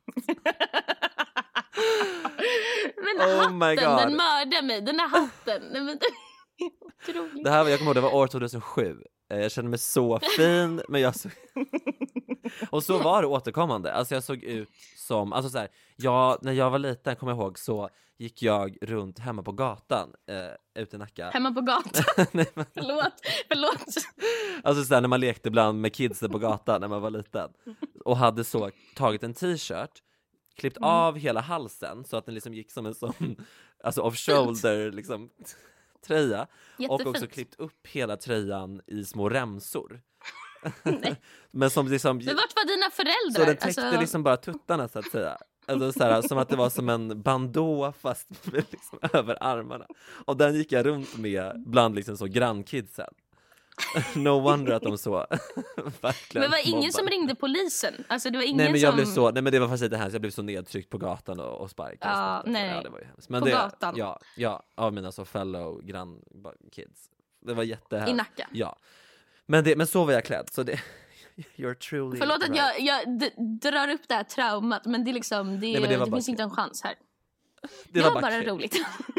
[SPEAKER 1] Men oh hatten, den mördar mig, den här hatten. Nej, men...
[SPEAKER 2] Det här var, jag kommer ihåg, det var år tjugohundrasju. Jag kände mig så fin, men jag såg... Och så var det återkommande. Alltså jag såg ut som, alltså så här, jag, när jag var liten, kommer jag ihåg, så gick jag runt hemma på gatan eh, ute i Nacka.
[SPEAKER 1] Hemma på gatan? Nej, men... Förlåt, förlåt.
[SPEAKER 2] Alltså så här, när man lekte ibland med kidsen på gatan när man var liten. Och hade så tagit en t-shirt, klippt mm. av hela halsen så att den liksom gick som en sån, alltså off shoulder liksom tröja.
[SPEAKER 1] Jättefint.
[SPEAKER 2] Och också klippt upp hela tröjan i små remsor. Men som liksom...
[SPEAKER 1] Men vart var dina föräldrar?
[SPEAKER 2] Så den täckte
[SPEAKER 1] alltså...
[SPEAKER 2] liksom bara tuttarna så att säga. Alltså så här, som att det var som en bandå fast liksom över armarna. Och den gick jag runt med bland liksom så grannkidsen. No wonder att de så verkligen
[SPEAKER 1] Men var ingen
[SPEAKER 2] mobbade.
[SPEAKER 1] Som ringde polisen? Alltså det var ingen
[SPEAKER 2] nej men jag
[SPEAKER 1] som...
[SPEAKER 2] blev så, nej men det var faktiskt det här, så jag blev så nedtryckt på gatan och, och sparkad.
[SPEAKER 1] Ja,
[SPEAKER 2] och
[SPEAKER 1] nej.
[SPEAKER 2] Ja, det var ju hemskt. Men
[SPEAKER 1] på
[SPEAKER 2] det,
[SPEAKER 1] gatan?
[SPEAKER 2] Ja, ja, av mina så fellow grannkids. Det var jättehemskt.
[SPEAKER 1] I Nacka?
[SPEAKER 2] Ja. Men, det, men så var jag klädd, så det... You're truly
[SPEAKER 1] Förlåt
[SPEAKER 2] right.
[SPEAKER 1] att jag, jag d- drar upp det här traumat, men det är liksom, det,
[SPEAKER 2] Nej, men det var
[SPEAKER 1] det
[SPEAKER 2] bara
[SPEAKER 1] finns
[SPEAKER 2] kul.
[SPEAKER 1] inte en chans här.
[SPEAKER 2] Det
[SPEAKER 1] Det
[SPEAKER 2] var
[SPEAKER 1] var
[SPEAKER 2] bara
[SPEAKER 1] bara
[SPEAKER 2] kul.
[SPEAKER 1] roligt.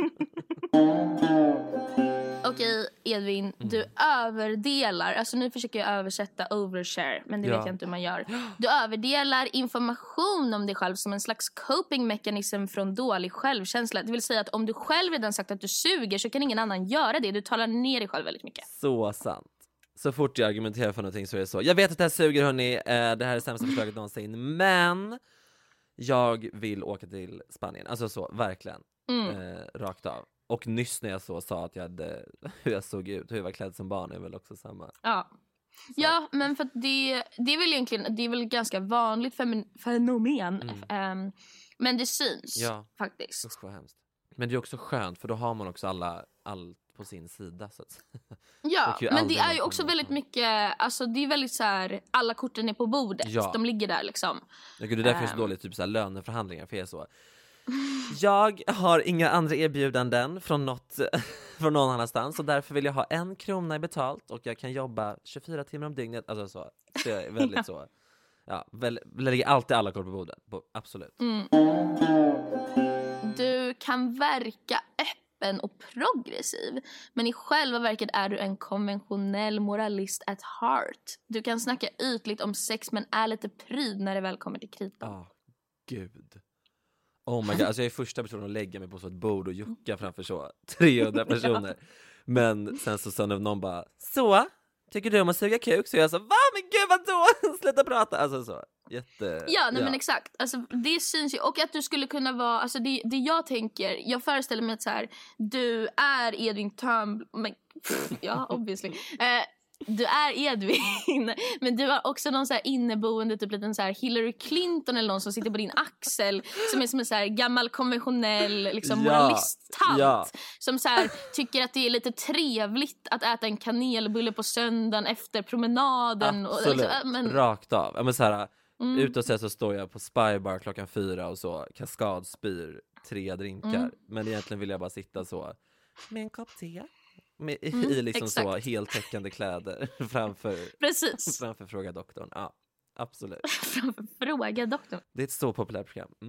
[SPEAKER 1] Okej, Edvin,
[SPEAKER 2] Mm.
[SPEAKER 1] du överdelar. Alltså nu försöker jag översätta overshare, men det
[SPEAKER 2] Ja.
[SPEAKER 1] vet jag inte hur man gör. Du överdelar information om dig själv som en slags coping-mekanism från dålig självkänsla. Det vill säga att om du själv redan sagt att du suger så kan ingen annan göra det. Du talar ner dig själv väldigt mycket.
[SPEAKER 2] Så sant. Så fort jag argumenterar för någonting så är det så. Jag vet att det här suger, hörni. Eh, det här är det sämsta förslaget någonsin. Men jag vill åka till Spanien. Alltså så, verkligen.
[SPEAKER 1] Mm.
[SPEAKER 2] Eh, rakt av. Och nyss när jag så sa att jag hade, hur jag såg ut, hur jag var klädd som barn är väl också samma.
[SPEAKER 1] Ja. Ja, men för att det, det är väl egentligen, det är väl ganska vanligt femin- fenomen.
[SPEAKER 2] Mm.
[SPEAKER 1] Ehm, men det syns
[SPEAKER 2] Ja.
[SPEAKER 1] faktiskt.
[SPEAKER 2] Usch vad hemskt. Men det är också skönt för då har man också alla, allt på sin sida så att säga.
[SPEAKER 1] Ja,
[SPEAKER 2] Och ju
[SPEAKER 1] men
[SPEAKER 2] aldrig
[SPEAKER 1] det är ju
[SPEAKER 2] någon
[SPEAKER 1] också
[SPEAKER 2] kommer
[SPEAKER 1] väldigt
[SPEAKER 2] från-
[SPEAKER 1] mycket, alltså det är väldigt så här, alla korten är på bordet.
[SPEAKER 2] Ja.
[SPEAKER 1] De ligger där liksom.
[SPEAKER 2] Ja, gud, det är därför det är så
[SPEAKER 1] Ehm.
[SPEAKER 2] dåligt typ så här, löneförhandlingar, för jag är så. Jag har inga andra erbjudanden från något från någon annanstans, och därför vill jag ha en krona i betalt och jag kan jobba tjugofyra timmar om dygnet, alltså så. Så jag är väldigt så. Ja, väl, lägger alltid alla kort på bordet. På, absolut.
[SPEAKER 1] Mm. Du kan verka öppen och progressiv, men i själva verket är du en konventionell moralist at heart. Du kan snacka ytligt om sex men är lite pryd när det väl kommer till kritan.
[SPEAKER 2] Ja, gud. Oh my god, alltså jag är första personen att lägga mig på så ett bord och jucka framför så trehundra personer. Men sen så sa någon bara, så, tycker du om att suga kuk? Så jag sa, va? Men gud vadå? Sluta prata! Alltså så, jätte...
[SPEAKER 1] Ja, nej, men exakt. Alltså, det syns ju. Och att du skulle kunna vara, alltså det, det jag tänker, jag föreställer mig att så här, du är Edvin Törnblom, men ja, obviously. Eh, du är Edvin, men du har också någon så här inneboende, typ liten så här Hillary Clinton eller någon som sitter på din axel, som är som en så här gammal konventionell liksom
[SPEAKER 2] Ja,
[SPEAKER 1] moralisttant,
[SPEAKER 2] ja.
[SPEAKER 1] som så här tycker att det är lite trevligt att äta en kanelbulle på söndagen efter promenaden.
[SPEAKER 2] Absolut,
[SPEAKER 1] och, liksom, men,
[SPEAKER 2] rakt av. Ja, men så här,
[SPEAKER 1] Mm.
[SPEAKER 2] ut och så, så står jag på Spybar klockan fyra och så kaskadspyr tre drinkar.
[SPEAKER 1] Mm.
[SPEAKER 2] Men egentligen vill jag bara sitta så med en kopp te. Med,
[SPEAKER 1] Mm,
[SPEAKER 2] I liksom så
[SPEAKER 1] exakt.
[SPEAKER 2] heltäckande kläder framför,
[SPEAKER 1] Precis.
[SPEAKER 2] framför Fråga doktorn. Ja, absolut.
[SPEAKER 1] Framför Fråga doktorn.
[SPEAKER 2] Det är ett så populärt program. Mm.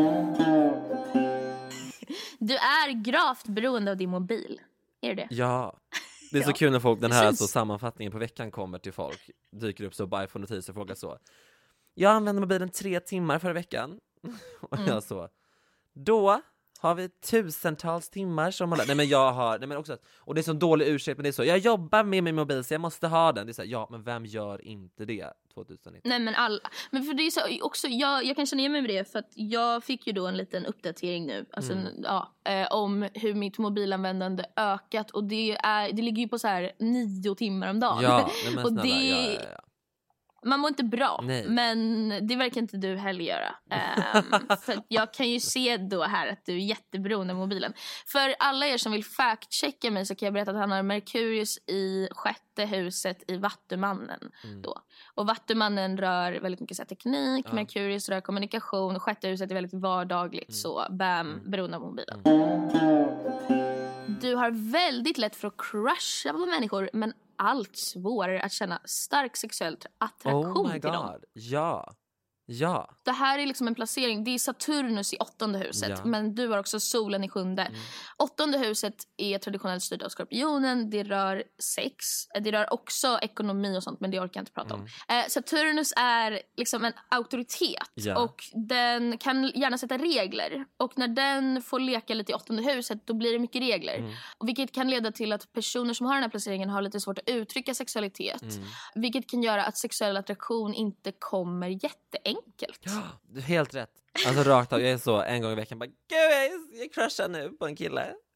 [SPEAKER 1] Du är gravt beroende av din mobil. Är det det?
[SPEAKER 2] Ja, det är så
[SPEAKER 1] Ja.
[SPEAKER 2] kul när folk, den här
[SPEAKER 1] Precis.
[SPEAKER 2] så sammanfattningen på veckan kommer till folk, dyker upp så på iPhone-notiser och frågar så. Jag använde mobilen tre timmar förra veckan. Och
[SPEAKER 1] Mm.
[SPEAKER 2] jag så. Då har vi tusentals timmar som man... Nej men jag har... Nej men också... Och det är så dålig ursäkt, men det är så. Jag jobbar med min mobil så jag måste ha den. Det är så här, ja men vem gör inte det tjugonitton?
[SPEAKER 1] Nej men alla. Men för det är så också, jag, jag kan känna igen mig med det, för att jag fick ju då en liten uppdatering nu. Alltså,
[SPEAKER 2] Mm.
[SPEAKER 1] ja, eh, om hur mitt mobilanvändande ökat. Och det, är, det ligger ju på så här nio timmar om dagen.
[SPEAKER 2] Ja, nej men
[SPEAKER 1] Och
[SPEAKER 2] snälla.
[SPEAKER 1] det-
[SPEAKER 2] Ja, ja, ja.
[SPEAKER 1] Man mår inte bra,
[SPEAKER 2] Nej.
[SPEAKER 1] men det verkar inte du heller göra. Um, för att jag kan ju se då här att du är jätteberoende av mobilen. För alla er som vill fact-checka mig så kan jag berätta att han har Merkurius i sjätte huset i Vattumannen.
[SPEAKER 2] Mm.
[SPEAKER 1] Då. Och Vattumannen rör väldigt mycket så här, teknik,
[SPEAKER 2] Ja.
[SPEAKER 1] Merkurius rör kommunikation, sjätte huset är väldigt vardagligt,
[SPEAKER 2] Mm.
[SPEAKER 1] så bam,
[SPEAKER 2] Mm.
[SPEAKER 1] beroende av mobilen.
[SPEAKER 2] Mm.
[SPEAKER 1] Du har väldigt lätt för att crusha på människor, men allt svårare att känna stark sexuell attraktion
[SPEAKER 2] Oh my
[SPEAKER 1] till dem.
[SPEAKER 2] god. Ja. Ja.
[SPEAKER 1] Det här är liksom en placering, det är Saturnus i åttonde huset,
[SPEAKER 2] Ja.
[SPEAKER 1] men du har också solen i sjunde.
[SPEAKER 2] Mm.
[SPEAKER 1] Åttonde huset är traditionellt styrt av skorpionen, det rör sex, det rör också ekonomi och sånt, men det orkar jag inte prata om.
[SPEAKER 2] Mm.
[SPEAKER 1] Eh, Saturnus är liksom en auktoritet,
[SPEAKER 2] Ja.
[SPEAKER 1] och den kan gärna sätta regler, och när den får leka lite i åttonde huset, då blir det mycket regler.
[SPEAKER 2] Mm.
[SPEAKER 1] Och vilket kan leda till att personer som har den här placeringen har lite svårt att uttrycka sexualitet,
[SPEAKER 2] Mm.
[SPEAKER 1] vilket kan göra att sexuell attraktion inte kommer jätteenkelt.
[SPEAKER 2] Ja, du är helt rätt. Alltså rakt av, jag är så en gång i veckan bara, gud jag, är- jag crushar nu på en kille.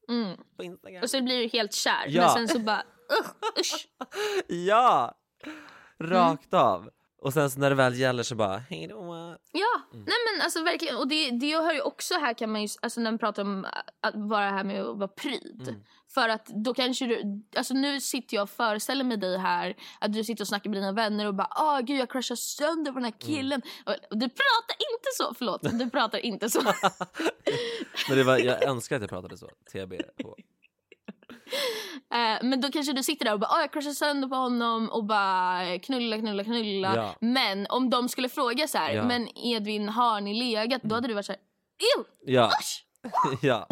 [SPEAKER 1] Mm.
[SPEAKER 2] På Instagram.
[SPEAKER 1] Och så blir du helt kär.
[SPEAKER 2] Ja.
[SPEAKER 1] Men sen så bara, usch, usch.
[SPEAKER 2] Ja, rakt
[SPEAKER 1] Mm.
[SPEAKER 2] av. Och sen så när det väl gäller så bara, hej då.
[SPEAKER 1] Ja, mm. nej men alltså verkligen. Och det, det jag hör ju också här kan man ju, alltså när man pratar om att vara här med att vara pryd.
[SPEAKER 2] Mm.
[SPEAKER 1] För att då kanske du, alltså nu sitter jag och föreställer mig dig här, att du sitter och snackar med dina vänner och bara, åh gud jag crushar sönder på den här killen. Mm. Och du pratar inte så, förlåt, du pratar inte så.
[SPEAKER 2] Men det var, jag önskar att jag pratade så, T B H.
[SPEAKER 1] Uh, men då kanske du sitter där och bara, oh, jag crushar sönder på honom och bara knulla, knulla, knulla.
[SPEAKER 2] Ja.
[SPEAKER 1] Men om de skulle fråga så här,
[SPEAKER 2] Ja.
[SPEAKER 1] men Edvin, har ni legat? Då hade du varit så här, ew,
[SPEAKER 2] Ja.
[SPEAKER 1] usch!
[SPEAKER 2] Ja.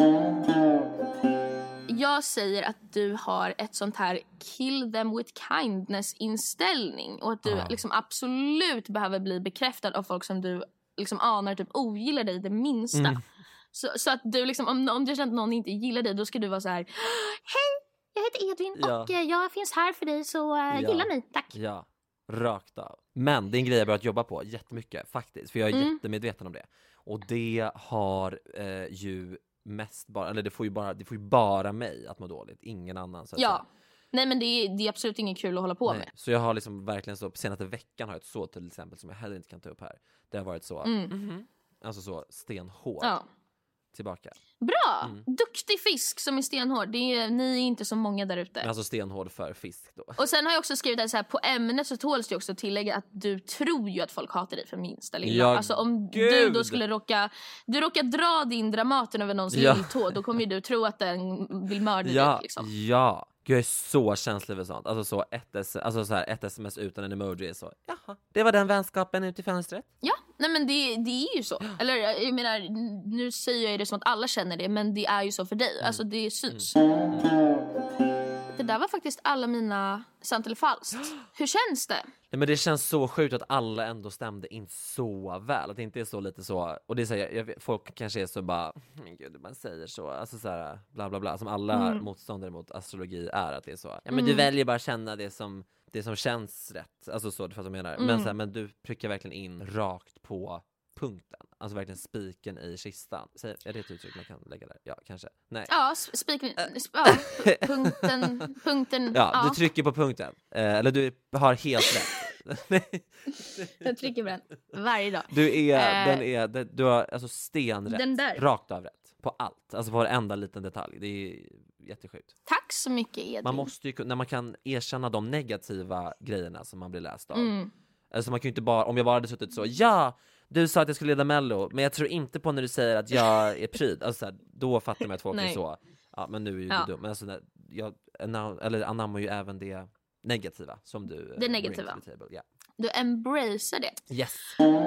[SPEAKER 1] Jag säger att du har ett sånt här kill them with kindness inställning och att du
[SPEAKER 2] Ja.
[SPEAKER 1] liksom absolut behöver bli bekräftad av folk som du liksom anar typ ogillar dig det minsta.
[SPEAKER 2] Mm.
[SPEAKER 1] Så, så att du liksom, om, om du känner att någon inte gillar dig, då ska du vara så här, hej, jag heter Edvin
[SPEAKER 2] Ja.
[SPEAKER 1] och eh, jag finns här för dig, så uh,
[SPEAKER 2] Ja.
[SPEAKER 1] gilla mig, tack.
[SPEAKER 2] Ja, rakt av. Men det är en grej jag börjat jobba på jättemycket faktiskt, för jag är
[SPEAKER 1] Mm.
[SPEAKER 2] jättemedveten om det. Och det har eh, ju mest bara, eller det får ju bara, det får ju bara mig att må dåligt, ingen annan så att
[SPEAKER 1] Ja,
[SPEAKER 2] säga.
[SPEAKER 1] nej men det är, det är absolut inget kul att hålla på
[SPEAKER 2] Nej.
[SPEAKER 1] med.
[SPEAKER 2] Så jag har liksom verkligen så, på senaste veckan har jag ett så till exempel som jag heller inte kan ta upp här. Det har varit så,
[SPEAKER 1] Mm.
[SPEAKER 2] mhm. alltså så stenhård
[SPEAKER 1] Ja.
[SPEAKER 2] tillbaka.
[SPEAKER 1] Bra,
[SPEAKER 2] Mm.
[SPEAKER 1] duktig fisk som är stenhård. Det är, ni är inte så många där ute.
[SPEAKER 2] Men alltså stenhård för fisk då.
[SPEAKER 1] Och sen har jag också skrivit att så här, på ämnet så tåls det också att tillägga att du tror ju att folk hatar dig för minsta lilla.
[SPEAKER 2] Ja,
[SPEAKER 1] alltså om
[SPEAKER 2] gud.
[SPEAKER 1] du då skulle råka, du råkar dra din Dramaten över någons
[SPEAKER 2] Ja.
[SPEAKER 1] lilltå, då kommer ju du tro att den vill mörda
[SPEAKER 2] Ja,
[SPEAKER 1] dig liksom.
[SPEAKER 2] ja. Gud, jag är så känslig för sånt. Alltså så ett, S- alltså så här, ett sms utan en emoji är så, jaha, det var den vänskapen ut i fönstret.
[SPEAKER 1] Ja, nej men det, det är ju så. Eller jag menar, nu säger jag det som att alla känner det, men det är ju så för dig.
[SPEAKER 2] Mm.
[SPEAKER 1] Alltså det syns. Det där var faktiskt alla mina sant eller falskt. Hur känns det?
[SPEAKER 2] Nej, men det känns så sjukt att alla ändå stämde in så väl. Att det inte är så lite så, och det är så här, jag, jag, vet- folk kanske är så bara, men gud, man säger så, alltså så här, bla bla bla, som alla
[SPEAKER 1] Mm.
[SPEAKER 2] motståndare mot astrologi är, att det är så. Ja, men
[SPEAKER 1] Mm.
[SPEAKER 2] du väljer bara känna det som, det som känns rätt. Alltså så, du fattar vad jag menar. Men
[SPEAKER 1] Mm.
[SPEAKER 2] så här, men du prickar verkligen in rakt på punkten. Alltså verkligen spiken i kistan. Säg, är det ett uttryck man kan lägga där? Ja, kanske. Nej.
[SPEAKER 1] Ja, sp- spiken, sp- ja, p- punkten, punkten,
[SPEAKER 2] Ja,
[SPEAKER 1] ja,
[SPEAKER 2] du trycker på punkten. Eh, eller du har helt rätt.
[SPEAKER 1] jag trycker på den varje dag.
[SPEAKER 2] Du är,
[SPEAKER 1] Eh,
[SPEAKER 2] den är, det- du har alltså stenrätt.
[SPEAKER 1] Den där.
[SPEAKER 2] Rakt av rätt. På allt. Alltså på varenda liten detalj. Det är jättesjukt.
[SPEAKER 1] Tack så mycket, Edvin.
[SPEAKER 2] Man måste ju, kun- när man kan erkänna de negativa grejerna som man blir läst av.
[SPEAKER 1] Mm.
[SPEAKER 2] Alltså man kan ju inte bara, om jag bara hade suttit så, ja, du sa att jag skulle leda Mello, men jag tror inte på när du säger att jag är pryd. Alltså så här, då fattar man att folk är
[SPEAKER 1] Nej.
[SPEAKER 2] så, ja men nu är ju
[SPEAKER 1] Ja.
[SPEAKER 2] du dum. Men alltså, när, jag anam- eller anammar ju även det negativa som du eh,
[SPEAKER 1] Det
[SPEAKER 2] bring
[SPEAKER 1] negativa.
[SPEAKER 2] to the table. Ja.
[SPEAKER 1] Du embracear det.
[SPEAKER 2] Yes.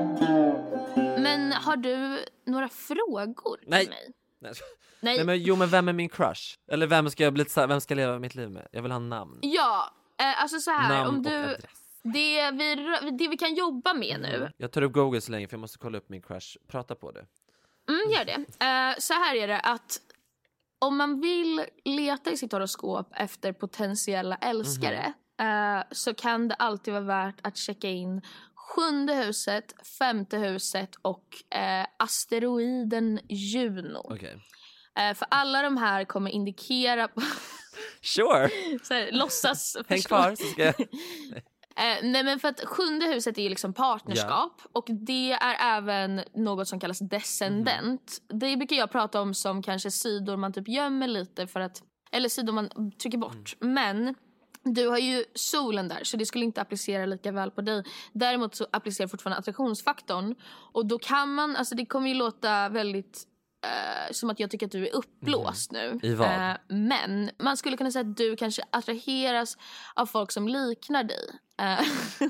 [SPEAKER 1] Men har du några frågor till
[SPEAKER 2] Nej.
[SPEAKER 1] mig?
[SPEAKER 2] Nej.
[SPEAKER 1] Nej.
[SPEAKER 2] Nej, men jo, men vem är min crush? Eller vem ska jag bli, så här, vem ska jag leva mitt liv med? Jag vill ha namn.
[SPEAKER 1] Ja, eh, alltså så här,
[SPEAKER 2] Namn
[SPEAKER 1] om
[SPEAKER 2] och
[SPEAKER 1] du,
[SPEAKER 2] adress.
[SPEAKER 1] det vi, rö- det vi kan jobba med nu.
[SPEAKER 2] Jag tar upp Google så länge för jag måste kolla upp min crush. Prata på det.
[SPEAKER 1] Mm, gör det. Eh, så här är det att om man vill leta i sitt horoskop efter potentiella älskare eh, så kan det alltid vara värt att checka in sjunde huset, femte huset och eh, asteroiden Juno.
[SPEAKER 2] Okej.
[SPEAKER 1] Eh, för alla de här kommer indikera på
[SPEAKER 2] Sure.
[SPEAKER 1] så här, låtsas
[SPEAKER 2] Häng
[SPEAKER 1] förstå.
[SPEAKER 2] kvar så ska jag...
[SPEAKER 1] Eh, nej men för att sjunde huset är liksom partnerskap och det är även något som kallas descendent. Det brukar jag prata om som kanske sidor man typ gömmer lite för att, eller sidor man trycker bort. Men du har ju solen där så det skulle inte applicera lika väl på dig. Däremot så applicerar fortfarande attraktionsfaktorn och då kan man, alltså det kommer ju låta väldigt eh, som att jag tycker att du är uppblåst nu.
[SPEAKER 2] I vad?
[SPEAKER 1] Eh, men man skulle kunna säga att du kanske attraheras av folk som liknar dig. Eh,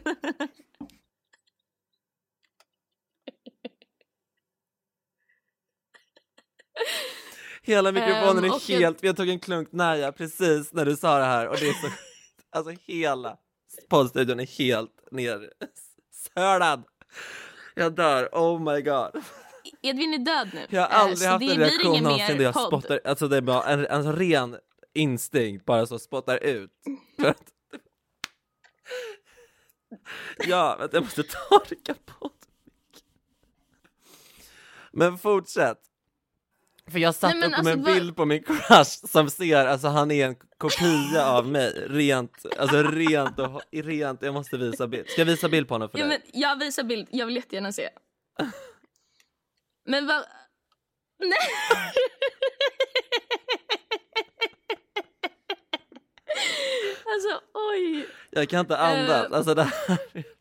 [SPEAKER 2] Hela mikrofonen
[SPEAKER 1] Ehm,
[SPEAKER 2] är
[SPEAKER 1] och
[SPEAKER 2] helt... Jag tog en klunk nära precis när du sa det här. Och det är så... Alltså hela poddstudion är helt ner... Sörlad. Jag dör. Oh my god.
[SPEAKER 1] Edvin är död nu.
[SPEAKER 2] Jag har
[SPEAKER 1] Eh,
[SPEAKER 2] aldrig
[SPEAKER 1] så
[SPEAKER 2] haft
[SPEAKER 1] det
[SPEAKER 2] en
[SPEAKER 1] blir
[SPEAKER 2] reaktion
[SPEAKER 1] ingen
[SPEAKER 2] någonsin
[SPEAKER 1] mer
[SPEAKER 2] där jag
[SPEAKER 1] podd.
[SPEAKER 2] spottar... Alltså det är bara en, en ren instinkt. Bara så spottar ut. För att... Ja, vänta, jag måste torka på det. Men fortsätt. För jag satt
[SPEAKER 1] Nej, men
[SPEAKER 2] upp med
[SPEAKER 1] alltså,
[SPEAKER 2] en bild på min crush som ser, alltså han är en kopia av mig. Rent, alltså rent och rent, jag måste visa bild. Ska jag visa bild på honom för
[SPEAKER 1] ja,
[SPEAKER 2] dig?
[SPEAKER 1] men jag visar bild, jag vill jättegärna se. Men vad... Nej! Alltså, oj.
[SPEAKER 2] Jag kan inte andas, uh... alltså det här.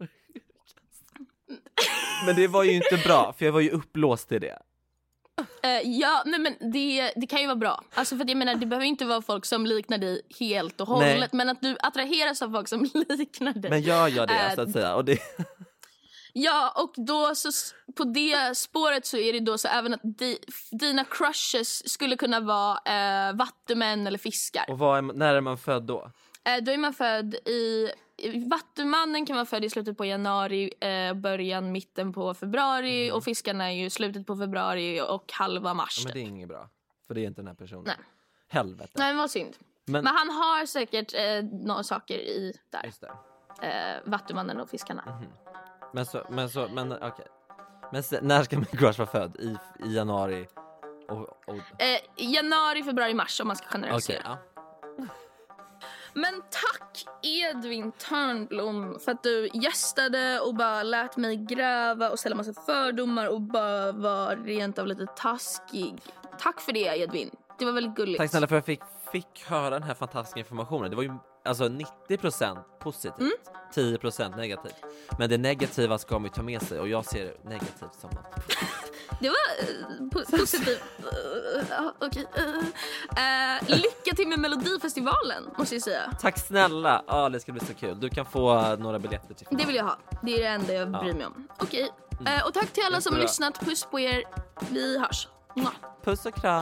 [SPEAKER 2] Men det var ju inte bra, för jag var ju upplåst i det.
[SPEAKER 1] Uh, ja, nej, men det, det kan ju vara bra. Alltså för att jag menar, det behöver inte vara folk som liknar dig helt och hållet. Nej. Men att du attraheras av folk som liknar dig.
[SPEAKER 2] Men jag gör det, uh, så att säga. Och det...
[SPEAKER 1] Ja, och då så på det spåret så är det då så även att di, dina crushes skulle kunna vara uh, vattumän eller fiskar.
[SPEAKER 2] Och vad är, när är man född då?
[SPEAKER 1] Uh, då är man född i... Vattumannen kan vara född i slutet på januari, eh, början, mitten på februari. Mm. Och fiskarna är ju slutet på februari och halva mars.
[SPEAKER 2] Ja, men det är inget bra, för det är inte den här personen.
[SPEAKER 1] Nej.
[SPEAKER 2] Helvete.
[SPEAKER 1] Nej, men vad synd. Men, men han har säkert eh, några saker i där.
[SPEAKER 2] Just det.
[SPEAKER 1] Eh, Vattumannen och fiskarna.
[SPEAKER 2] Mm. Men så, men så, men okej. Okay. Men så, när ska min crush vara född? I, i januari? Och, och...
[SPEAKER 1] Eh, januari, februari, mars om man ska generalisera.
[SPEAKER 2] Okej, okay, ja.
[SPEAKER 1] Men tack Edvin Törnblom för att du gästade och bara lät mig gräva och ställa massa fördomar och bara var rent av lite taskig. Tack för det Edvin, det var väldigt gulligt.
[SPEAKER 2] Tack snälla för att jag fick, fick höra den här fantastiska informationen. Det var ju alltså nittio procent positivt, mm. tio procent negativt. Men det negativa ska man ju ta med sig och jag ser det negativt som något.
[SPEAKER 1] Det var uh, po- positivt. Uh, Okej. Okay. Uh, uh, lycka till med Melodifestivalen, måste jag säga.
[SPEAKER 2] Tack snälla. Ja, ah, det ska bli så kul. Du kan få uh, några biljetter till finalen.
[SPEAKER 1] Det vill jag ha. Det är det enda jag bryr mig om. Okej. Okay. Uh, och tack till alla som har lyssnat. Puss på er. Vi hörs. Mwah.
[SPEAKER 2] Puss och kram.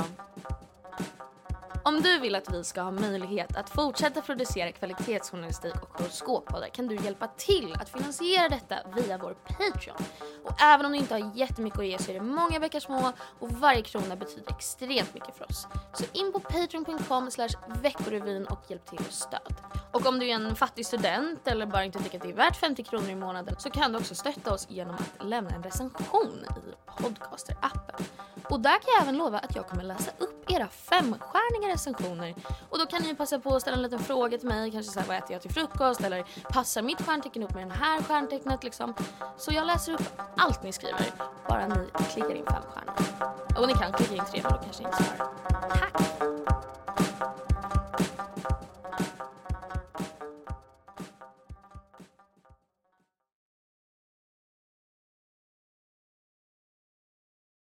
[SPEAKER 1] Om du vill att vi ska ha möjlighet att fortsätta producera kvalitetsjournalistik och horoskoppodar kan du hjälpa till att finansiera detta via vår Patreon. Och även om du inte har jättemycket att ge så är det många bäckar små och varje krona betyder extremt mycket för oss. Så in på patreon dot com slash veckorevyn och hjälp till och stöd. Och om du är en fattig student eller bara inte tycker att det är värt femtio kronor i månaden så kan du också stötta oss genom att lämna en recension i Podcaster-appen. Och där kan jag även lova att jag kommer läsa upp era femstjärniga recensioner. Och då kan ni passa på att ställa en liten fråga till mig. Kanske så här, vad äter jag till frukost? Eller passar mitt stjärntecken upp med den här stjärntecknet liksom. Så jag läser upp allt ni skriver. Bara ni klickar in fem stjärnor. Och ni kan klicka in tre, men då kanske ni inte svarar. Tack!